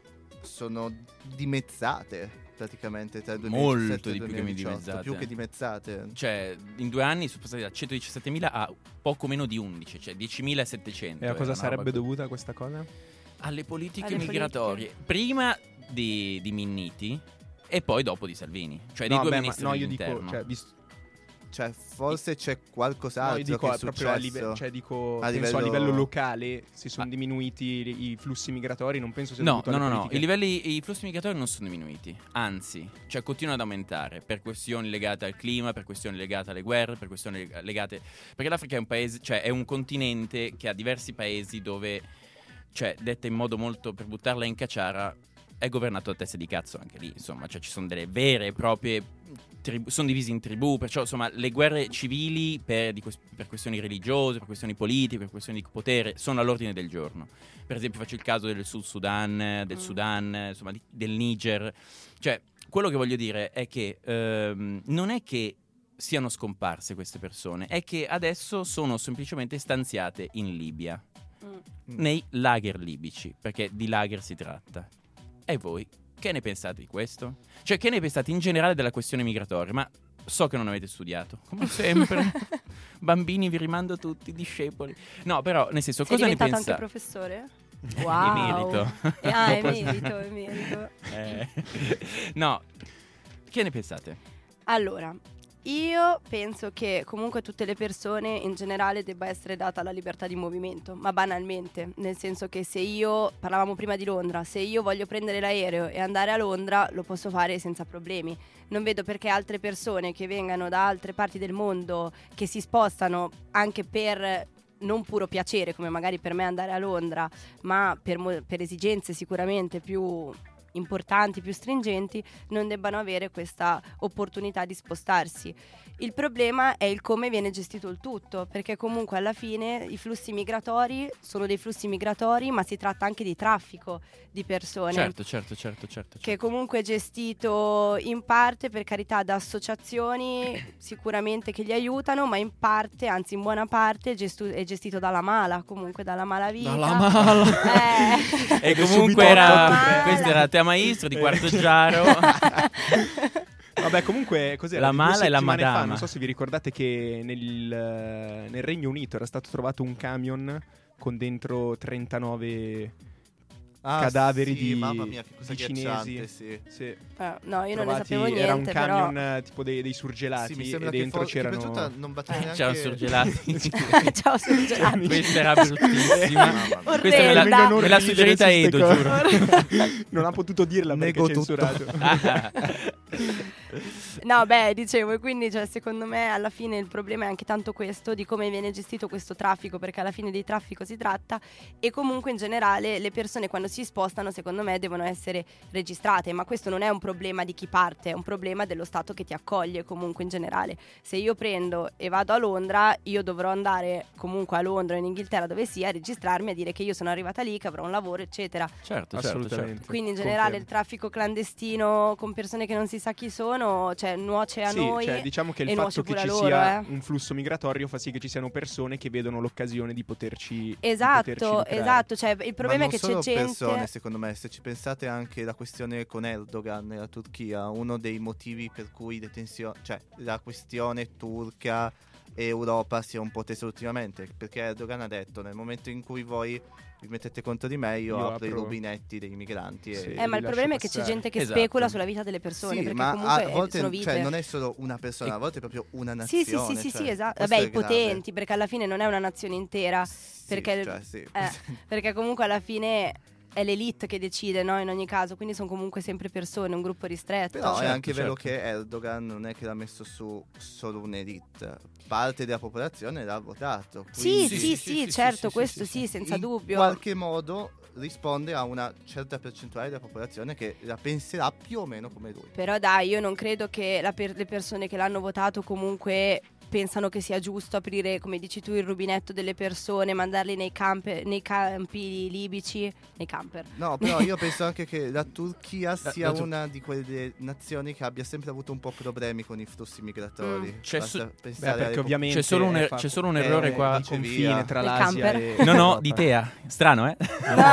sono dimezzate praticamente tra il Molto duemiladiciassette e di il più che duemiladiciotto, dimezzate. più che dimezzate. Cioè, in due anni sono passati da centodiciassettemila a poco meno di undici, cioè diecimilasettecento. E a È cosa una sarebbe roba così. dovuta questa cosa? Alle politiche Alle migratorie. Prima di, di Minniti e poi dopo di Salvini. Cioè dei No, due beh, ma- ministri no, io dell'interno. dico, cioè, vis- Cioè, forse c'è qualcos'altro no, io dico che è a- proprio a, successo. live- cioè, dico, a penso a livello- livello locale si sono Ah. diminuiti i, i flussi migratori, non penso sia No, dovuto no, alle no, no, politiche. i livelli, i flussi migratori non sono diminuiti, anzi, cioè continuano ad aumentare per questioni legate al clima, per questioni legate alle guerre, per questioni leg- legate... Perché l'Africa è un paese, cioè è un continente che ha diversi paesi dove, cioè, detta in modo molto, per buttarla in cacciara, è governato a testa di cazzo anche lì, insomma, cioè ci sono delle vere e proprie... Tribù, sono divisi in tribù, perciò insomma le guerre civili per, di que- per questioni religiose, per questioni politiche, per questioni di potere sono all'ordine del giorno. Per esempio faccio il caso del Sud Sudan, del Mm. Sudan, insomma di- del Niger. Cioè quello che voglio dire è che ehm, non è che siano scomparse queste persone, è che adesso sono semplicemente stanziate in Libia, Mm. nei lager libici, perché di lager si tratta. E voi? Che ne pensate di questo? Cioè, che ne pensate in generale della questione migratoria? Ma so che non avete studiato, come sempre. Bambini, vi rimando tutti, discepoli. No, però, nel senso, Sei cosa ne diventato pensate? anche professore? Wow. Emerito. Eh, Ah, Dopo- emerito, emerito. Eh, no, che ne pensate? Allora, io penso che comunque a tutte le persone in generale debba essere data la libertà di movimento, ma banalmente, nel senso che se io, parlavamo prima di Londra, se io voglio prendere l'aereo e andare a Londra lo posso fare senza problemi. Non vedo perché altre persone che vengano da altre parti del mondo, che si spostano anche per non puro piacere, come magari per me andare a Londra, ma per, mo- per esigenze sicuramente più importanti, più stringenti, non debbano avere questa opportunità di spostarsi. Il problema è il come viene gestito il tutto, perché comunque alla fine i flussi migratori sono dei flussi migratori, ma si tratta anche di traffico di persone. Certo, certo, certo, certo. Che comunque è gestito in parte, per carità, da associazioni sicuramente che li aiutano, ma in parte, anzi in buona parte, gestu- è gestito dalla mala, comunque dalla malavita. Dalla mala. Eh. E Ed è comunque subito era, mala. questo era Tea Maestro di Quarto Giaro. Vabbè, comunque cos'era? La Di mala due e la settimane fa, madama. non so se vi ricordate che nel, eh, nel Regno Unito era stato trovato un camion con dentro trentanove Ah, cadaveri sì, di, mamma mia, che cosa di cinesi. agghiacciante, sì. Sì. Eh, no, io non ne Trovati- sapevo niente, era un però... camion eh, tipo dei, dei surgelati Sì, mi e sembra che, dentro fo- che per c'erano tutta non batteva neanche Ciao surgelati. Ciao, sono gelati. Questa era bruttissima. Mamma mia. Questa me Orrenda. l'ha, me l'ha suggerita Edo, giuro. Non ha potuto dirla perché Nego è tutto. censurato. No, beh, dicevo, e quindi cioè, secondo me alla fine il problema è anche tanto questo, di come viene gestito questo traffico, perché alla fine di traffico si tratta, e comunque in generale le persone quando si spostano secondo me devono essere registrate, ma questo non è un problema di chi parte, è un problema dello Stato che ti accoglie comunque in generale. Se io prendo e vado a Londra, io dovrò andare comunque a Londra o in Inghilterra dove sia, a registrarmi, a dire che io sono arrivata lì, che avrò un lavoro, eccetera. Certo, certo, Assolutamente. certo. Quindi in generale il Confermo. traffico clandestino con persone che non si sa chi sono, cioè nuoce a Sì, noi. cioè, diciamo che il e nuoce fatto che pure ci a loro, sia eh. un flusso migratorio fa sì che ci siano persone che vedono l'occasione di poterci di poterci Esatto, lucrare. esatto, cioè il problema Ma è non che c'è solo gente persone, secondo me, se ci pensate anche la questione con Erdogan nella Turchia, uno dei motivi per cui le tensioni, cioè la questione turca e Europa si è un po' tesa ultimamente, perché Erdogan ha detto nel momento in cui voi vi mettete contro di me io, Io apro i apro- rubinetti dei migranti Sì. e... Eh, ma il li problema è lascio che c'è passare. gente che Esatto. specula sulla vita delle persone, Sì, perché ma comunque a eh, volte sono vite. cioè, non è solo una persona, E- a volte è proprio una Sì, nazione. sì, sì, sì, cioè, sì, esatto. questo Vabbè, è i grave. potenti, perché alla fine non è una nazione intera, Sì, perché, cioè, sì. eh, perché comunque alla fine è l'elite che decide, no? In ogni caso, quindi sono comunque sempre persone, un gruppo ristretto. Però è Certo, anche vero certo. che Erdogan non è che l'ha messo su solo un'elite, parte della popolazione l'ha votato. Sì, quindi sì, sì, sì, sì, sì, certo, sì, questo sì, sì, senza in dubbio. qualche modo risponde a una certa percentuale della popolazione che la penserà più o meno come lui. Però dai, io non credo che la per- le persone che l'hanno votato comunque pensano che sia giusto aprire, come dici tu, il rubinetto delle persone, mandarli nei, camp- nei campi libici, nei camper. No, però io penso anche che la Turchia sia la Tur- una di quelle nazioni che abbia sempre avuto un po' problemi con i flussi migratori. Mm. C'è Basta su- Beh, pensare perché alle ovviamente C'è solo un, er- fa- c'è solo un eh, errore qua. il dice confine via. tra Del l'Asia camper. e No, no, l'Europa. di Tea. Strano, eh?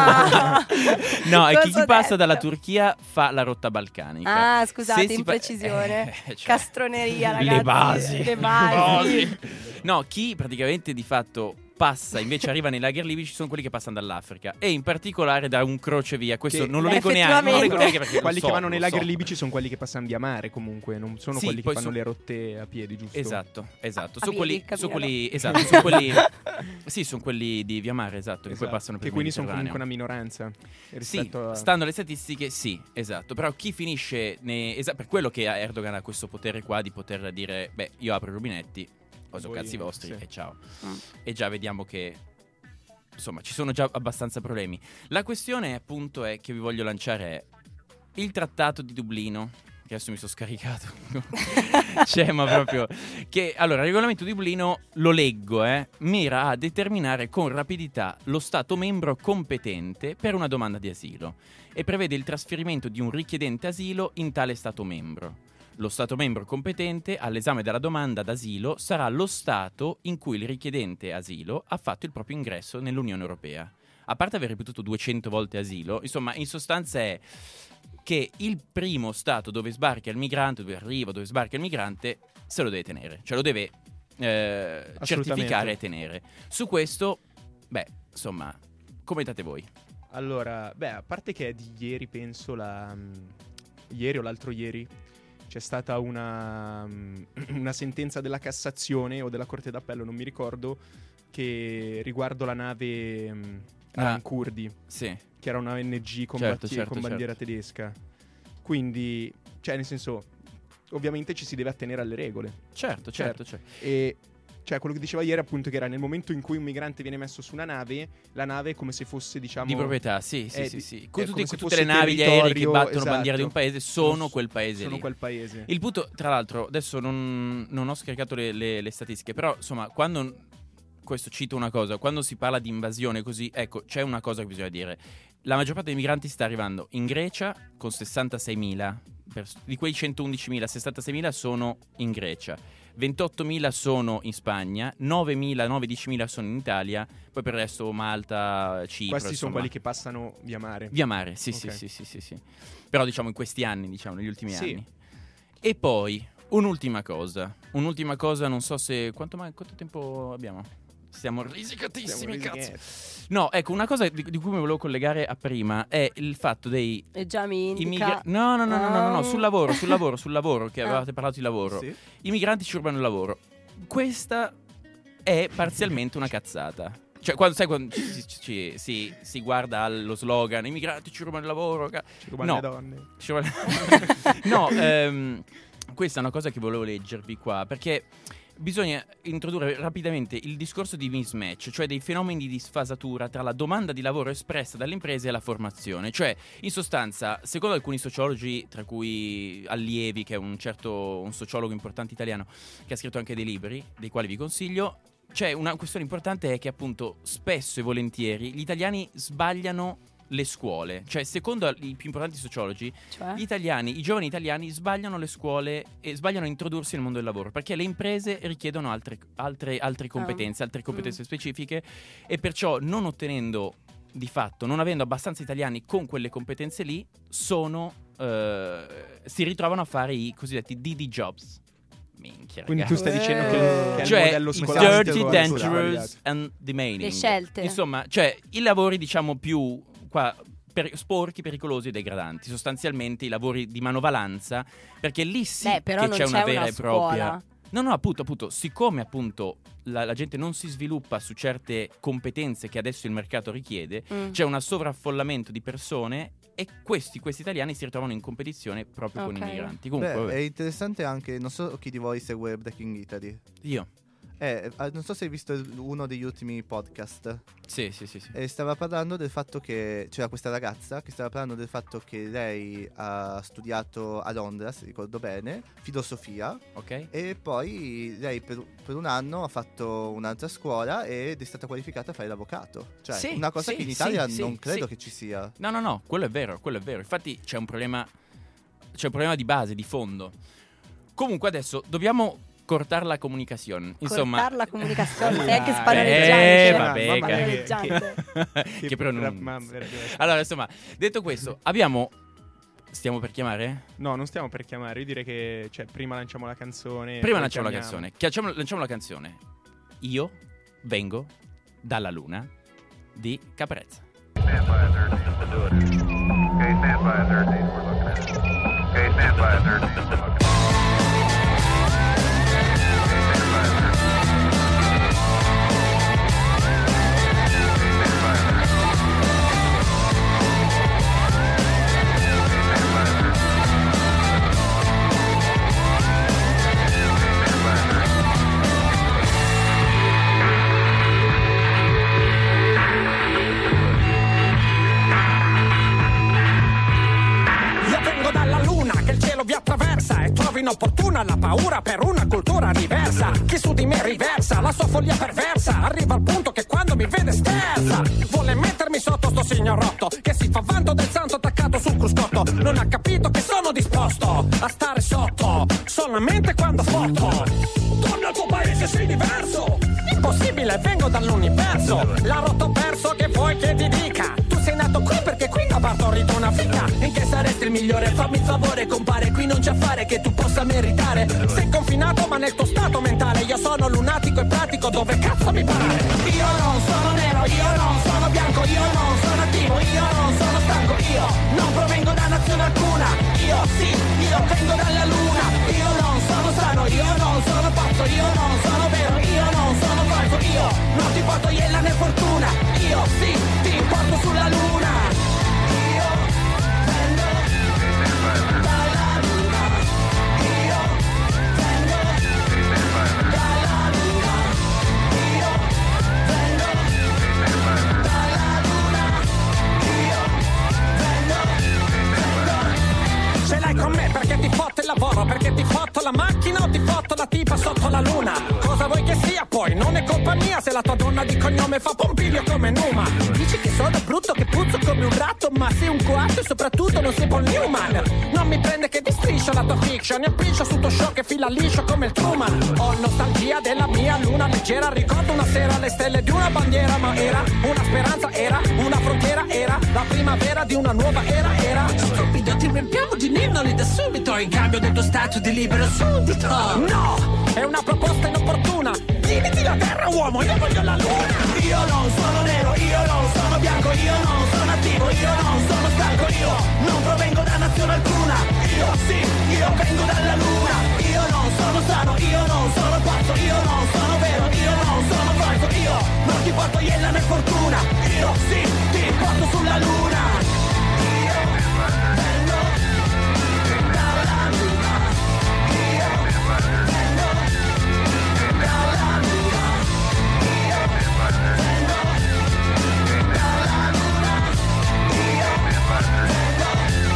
No, No, è chi, Cosa chi passa detto? dalla Turchia fa la rotta balcanica. Ah, scusate, Se si fa- imprecisione. Eh, cioè, Castroneria, ragazzi. Le basi. Le basi. No, chi praticamente di fatto passa, invece arriva nei lager libici, sono quelli che passano dall'Africa e in particolare da un crocevia. Questo Che- non lo Beh, leggo neanche, non lo leggo neanche perché quelli lo so, che vanno nei lo so. lager libici sono quelli che passano via mare comunque, non sono Sì, quelli che poi fanno su- le rotte a piedi, giusto? Esatto, esatto. A Sono quelli, piedi, sono camminano. quelli, esatto, sono quelli, sì, sono quelli di via mare, esatto, che poi Esatto, passano per che il quindi sono Mediterraneo. comunque una minoranza Sì, rispetto a... stando alle statistiche, sì, esatto. Però chi finisce ne- esa- per quello che Erdogan ha questo potere qua di poter dire, beh, io apro i rubinetti, o sono Voi- cazzi vostri sì. e ciao. Mm. E già vediamo che insomma ci sono già abbastanza problemi. La questione appunto è che vi voglio lanciare è il trattato di Dublino, che adesso mi sono scaricato. Cioè, ma proprio che allora, il regolamento di Dublino lo leggo, eh, mira a determinare con rapidità lo stato membro competente per una domanda di asilo e prevede il trasferimento di un richiedente asilo in tale stato membro. Lo Stato membro competente all'esame della domanda d'asilo sarà lo Stato in cui il richiedente asilo ha fatto il proprio ingresso nell'Unione Europea. A parte aver ripetuto duecento volte asilo, insomma, in sostanza è che il primo Stato dove sbarca il migrante, dove arriva, dove sbarca il migrante, se lo deve tenere, cioè lo deve eh, certificare e tenere. Su questo, beh, insomma, commentate voi. Allora, beh, a parte che è di ieri, penso, la... ieri o l'altro ieri, c'è stata una, una sentenza della Cassazione o della Corte d'Appello, non mi ricordo, che riguardo la nave um, Ah. Kurdi, Sì. che era una O N G con, Certo, batti- certo, con bandiera certo. tedesca. Quindi, cioè, nel senso, ovviamente ci si deve attenere alle regole. Certo, certo, certo. E cioè, quello che diceva ieri, appunto, che era nel momento in cui un migrante viene messo su una nave, la nave è come se fosse, diciamo... Di proprietà, sì, sì, è sì, di- sì. è Con tutti- come se tutte fosse le navi, gli aerei che territorio, battono esatto. bandiera di un paese sono Sono- quel paese sono lì. quel paese. Il punto, tra l'altro, adesso non, non ho scaricato le, le- le statistiche, però insomma, quando, questo cito una cosa, quando si parla di invasione così, ecco, c'è una cosa che bisogna dire. La maggior parte dei migranti sta arrivando in Grecia con sessantaseimila, pers- di quei centoundicimila, sessantaseimila sono in Grecia, ventottomila sono in Spagna, novemila, nove decimila sono in Italia, poi per il resto Malta, Cipro, Questi sono insomma. quelli che passano via mare. Via mare, sì, sì, Ok. sì, sì, sì, sì. Però diciamo in questi anni, diciamo, negli ultimi Sì. anni. E poi, un'ultima cosa. Un'ultima cosa, non so se... Quanto, ma- quanto tempo abbiamo? Siamo risicatissimi, Siamo cazzo. risichetti. No, ecco, una cosa di, di cui mi volevo collegare a prima è il fatto dei... E già mi indica. immigra- no, no, no, no, no, no, no, Ah. sul lavoro, sul lavoro, sul lavoro, che Ah. avevate parlato di lavoro. Sì. I migranti ci rubano il lavoro. Questa è parzialmente una cazzata. Cioè, quando, sai, quando ci- ci- ci- si, si guarda allo slogan, i migranti ci rubano il lavoro. ca- Ci rubano No. le donne. ci vuole- no, ehm, questa è una cosa che volevo leggervi qua, perché bisogna introdurre rapidamente il discorso di mismatch, cioè dei fenomeni di sfasatura tra la domanda di lavoro espressa dalle imprese e la formazione. Cioè, in sostanza, secondo alcuni sociologi, tra cui Allievi, che è un certo un sociologo importante italiano, che ha scritto anche dei libri, dei quali vi consiglio, c'è una questione importante, è che appunto spesso e volentieri gli italiani sbagliano le scuole. Cioè, secondo i più importanti sociologi, Cioè? gli italiani, i giovani italiani sbagliano le scuole e sbagliano a introdursi nel mondo del lavoro perché le imprese richiedono altre, altre, altre competenze, altre competenze Mm. specifiche, e perciò non ottenendo di fatto, non avendo abbastanza italiani con quelle competenze lì, sono eh, si ritrovano a fare i cosiddetti D D jobs. Minchia, Quindi tu ragazzi. stai dicendo che, Eh. che è il Cioè, modello dirty, scolastico dirty, è dangerous sbagliato. and demanding. Le scelte. Insomma, cioè i lavori diciamo più qua, per- sporchi, pericolosi e degradanti. Sostanzialmente i lavori di manovalanza, perché lì sì Beh, però che non c'è una vera e scuola. propria. No, no, appunto, appunto, siccome appunto la, la gente non si sviluppa su certe competenze che adesso il mercato richiede, Mm. c'è un sovraffollamento di persone e questi, questi italiani si ritrovano in competizione proprio con Ok. i migranti. Comunque, Beh, vabbè. è interessante anche, non so chi di voi segue Breaking Italy. Io. Eh, eh, non so se hai visto il- uno degli ultimi podcast. Sì, sì, sì, sì. E stava parlando del fatto che c'era questa ragazza che stava parlando del fatto che lei ha studiato a Londra, se ricordo bene, filosofia, Ok? e poi lei per, per un anno ha fatto un'altra scuola ed è stata qualificata a fare l'avvocato. Cioè, Sì, una cosa sì, che in Italia sì, non sì, credo sì. che ci sia. No, no, no, quello è vero, quello è vero. Infatti c'è un problema, c'è un problema di base, di fondo. Comunque adesso dobbiamo cortare la comunicazione. Insomma, Cortar la comunicazione, sei anche Eh, spagnolleggiante. spagnolleggiante. vabbè, Mamma che- mia, Spagnolleggiante. che però non... mamma, veramente. Allora, insomma, detto questo, abbiamo... Stiamo per chiamare? No, non stiamo per chiamare. Io direi che cioè, prima lanciamo la canzone. Prima poi lanciamo la chiamiamo. canzone. Chiacciamo- lanciamo la canzone. Io vengo dalla Luna di Caparezza. Stand by thirteen. Okay, stand by thirteen. We're looking at it. Okay, stand by thirteen. We're looking at it. Inopportuna la paura per una cultura diversa. Chi su di me riversa la sua follia perversa. Arriva al punto che quando mi vede scherza. Vuole mettermi sotto sto signor rotto che si fa vanto del santo attaccato sul cruscotto. Non ha capito che sono disposto a stare sotto solamente quando foto. Torna al tuo paese, sei diverso. Impossibile, vengo dall'universo. La rotto perso, che vuoi che ti dica? Tu sei nato qui perché qui ha partorito una fica. In che saresti il migliore? Fammi il favore, compare. Qui non c'è affare che tu possa meritare. Sei confinato ma nel tuo stato mentale. Io sono lunatico e pratico dove cazzo mi pare. Io non sono nero, io non sono bianco, io non sono attivo, io non sono stanco, io non provengo da nazione alcuna. Io sì, io vengo dalla luna. Io non sono strano, io non sono pazzo, io non sono vero, io non sono falso, io non ti porto iella né fortuna. Io sì, ti porto sulla luna. Io vengo dalla luna. Io vengo dalla luna. Io vengo dalla luna. Io vengo, vengo. Ce l'hai con me perché ti fotto il lavoro, perché ti fotto la macchina o ti fotto la tipa sotto la luna. Cosa vuoi che sia poi? Non è colpa mia se la tua donna di cognome fa Pompilio come Numa. Dici che sono brutto, che puzzo come un ratto, ma sei un coatto e soprattutto non sei Paul Newman. Non mi prende che ti striscio la tua fiction, ne appiccio su tuo show che fila liscio come il Truman. Ho nostalgia della mia luna leggera, ricordo una sera le stelle di una bandiera, ma era una speranza, era una frontiera, era la primavera di una nuova era, era. Stupido, ti riempiamo di ninnoli da subito in cambio del tuo stato di libero suddito. No, è una proposta inopportuna. Diviti la terra, uomo, io voglio la luna. Io non sono nero, io non sono bianco, io non sono attivo, io non sono stanco, io non provengo da nazione alcuna. Io sì, io vengo dalla luna. Io non sono sano, io non sono pazzo, io non sono vero, io non sono falso, io non ti porto iella né fortuna. Io sì, ti porto sulla luna. Io vengo dalla luna. Io vengo dalla luna. Io vengo dalla luna. Io vengo,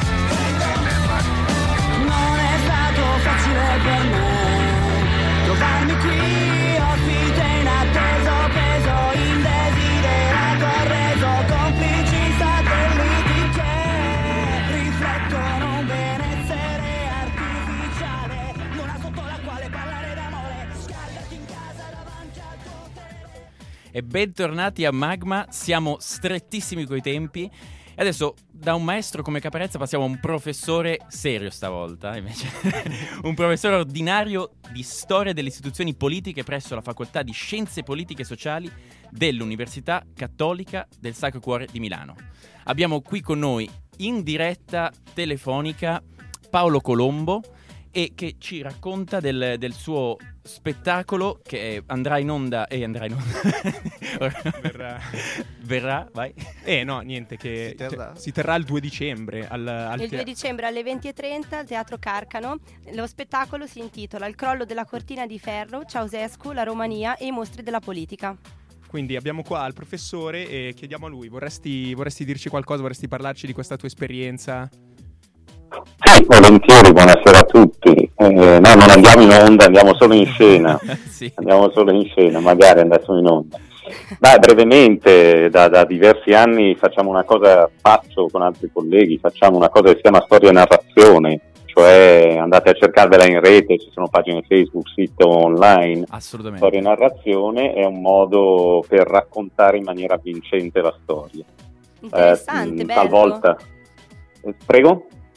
vengo. Non è stato facile per me trovarmi qui, ospite inatteso, peso indesiderato, reso complici satelliti che riflettono un benessere artificiale, luna sotto la quale parlare d'amore, scaldati in casa davanti al tuo tele. E bentornati a Magma, siamo strettissimi coi tempi. E adesso da un maestro come Caparezza passiamo a un professore serio stavolta, invece un professore ordinario di storia delle istituzioni politiche presso la facoltà di scienze politiche e sociali dell'Università Cattolica del Sacro Cuore di Milano. Abbiamo qui con noi in diretta telefonica Paolo Colombo, e che ci racconta del, del suo spettacolo che andrà in onda e andrà in onda Verrà. verrà, vai. Eh no, niente, che Si terrà? che si terrà il due dicembre al, al Il te- due dicembre alle venti e trenta al Teatro Carcano. Lo spettacolo si intitola Il crollo della cortina di ferro, Ceausescu, la Romania e i mostri della politica. Quindi abbiamo qua il professore e chiediamo a lui, vorresti, vorresti dirci qualcosa, vorresti parlarci di questa tua esperienza? Sì, volentieri, buonasera a tutti. Eh, no, non andiamo in onda, andiamo solo in scena. Sì. Andiamo solo in scena, magari andassimo in onda. Dai, brevemente, da, da diversi anni facciamo una cosa, faccio con altri colleghi, facciamo una cosa che si chiama storia e narrazione, cioè andate a cercarvela in rete, ci sono pagine Facebook, sito online. Assolutamente. Storia e narrazione è un modo per raccontare in maniera vincente la storia. Interessante, Eh, bello. talvolta. Eh, Prego?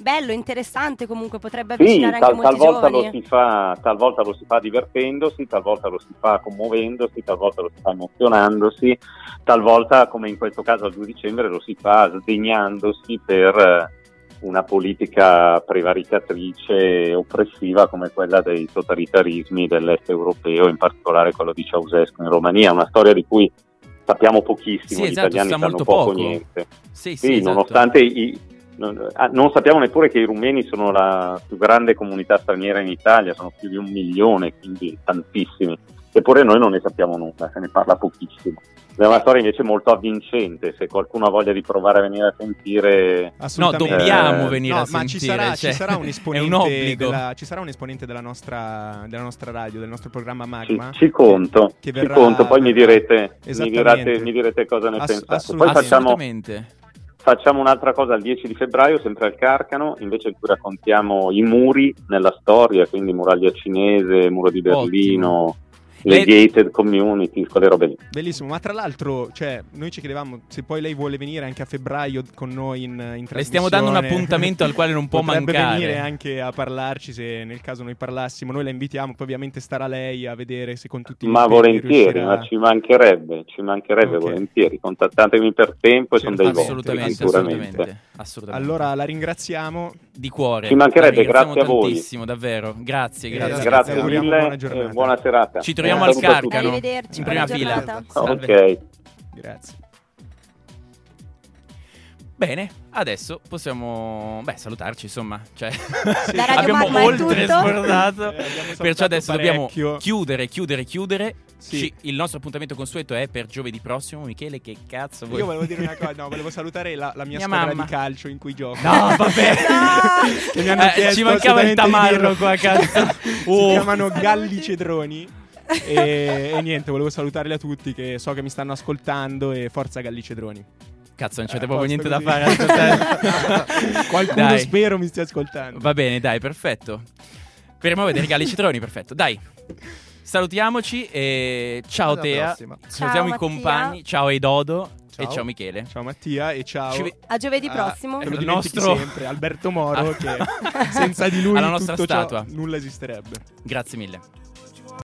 bello, interessante, comunque potrebbe Sì, avvicinare tal- anche molti talvolta giovani. lo si fa, talvolta lo si fa divertendosi, talvolta lo si fa commuovendosi, talvolta lo si fa emozionandosi, talvolta, come in questo caso al due dicembre, lo si fa sdegnandosi per eh, una politica prevaricatrice oppressiva come quella dei totalitarismi dell'est europeo, in particolare quello di Ceausescu in Romania, una storia di cui sappiamo pochissimo, Sì, gli esatto, italiani sa sanno molto poco, poco. niente. Sì, sì, Sì, esatto. nonostante i, non, ah, non sappiamo neppure che i rumeni sono la più grande comunità straniera in Italia, sono più di un milione, quindi tantissimi. Eppure noi non ne sappiamo nulla, se ne parla pochissimo. È una storia invece molto avvincente, se qualcuno ha voglia di provare a venire a sentire... No, dobbiamo Eh, venire No, a ma ci sentire. sarà, cioè, ci sarà un è un esponente obbligo. della, ci sarà un esponente della nostra, della nostra radio, del nostro programma Ci, Magma. ci conto, che ci verrà- conto, poi mi verrà- direte, mi Esattamente. direte, mi direte cosa ne Ass- pensate. Poi assolutamente. facciamo, Assolutamente. facciamo un'altra cosa il dieci di febbraio, sempre al Carcano, invece in cui raccontiamo i muri nella storia, quindi muraglia cinese, muro di Berlino, le Lei- gated communities, quelle robe lì. Bellissimo, ma tra l'altro, cioè, noi ci chiedevamo se poi lei vuole venire anche a febbraio con noi in, in trasmissione. Le stiamo dando un appuntamento al quale non può Potrebbe mancare. venire anche a parlarci se nel caso noi parlassimo. Noi la invitiamo, poi ovviamente starà lei a vedere se con tutti gli Ma impegni volentieri, riuscirà- ma ci mancherebbe, ci mancherebbe Ok. volentieri. Contattatemi per tempo e sono dei vostri, Assolutamente, sicuramente. assolutamente, assolutamente. Allora la ringraziamo. Di cuore. Ci mancherebbe, La ringraziamo grazie a voi. tantissimo, davvero. Grazie, Eh, grazie. Grazie, Grazie auguriamo mille, buona giornata. e buona serata. Ci troviamo Un al saluto a tutti. Carcano. Arrivederci, In prima buona fila. giornata. Salve. Ok. Grazie. Bene, adesso possiamo beh, salutarci, insomma. Cioè, Da Radio abbiamo Magma è oltre tutto. sbordato. Eh, abbiamo salutato Perciò adesso parecchio. dobbiamo chiudere, chiudere, chiudere. Sì. Ci- il nostro appuntamento consueto è per giovedì prossimo. Michele, che cazzo vuoi? Io volevo dire una cosa, no, volevo salutare la, la mia, Mia squadra mamma. di calcio in cui gioco. No, vabbè. Che mi hanno Eh, chiesto ci mancava il assolutamente di tamarro dirlo. qua, cazzo. Si Oh. chiamano Galli Cedroni. e, e niente, volevo salutarli a tutti che so che mi stanno ascoltando e forza Galli Cedroni. Cazzo, non c'è Eh, proprio posto niente da così. fare. ascoltare. Qualcuno Dai. spero mi stia ascoltando. Va bene, dai, perfetto. Speriamo a vedere i Galli Citroni, perfetto. Dai, salutiamoci e ciao Alla Tea. prossima. Salutiamo Ciao, i compagni. Mattia. Ciao Eidodo e Ciao. ciao Michele. Ciao Mattia e ciao. Ci ve- A giovedì Ah, prossimo. te lo Il dimentichi nostro- sempre, Alberto Moro, Ah. che senza di lui Alla nostra tutto ciò statua. nulla esisterebbe. Grazie mille.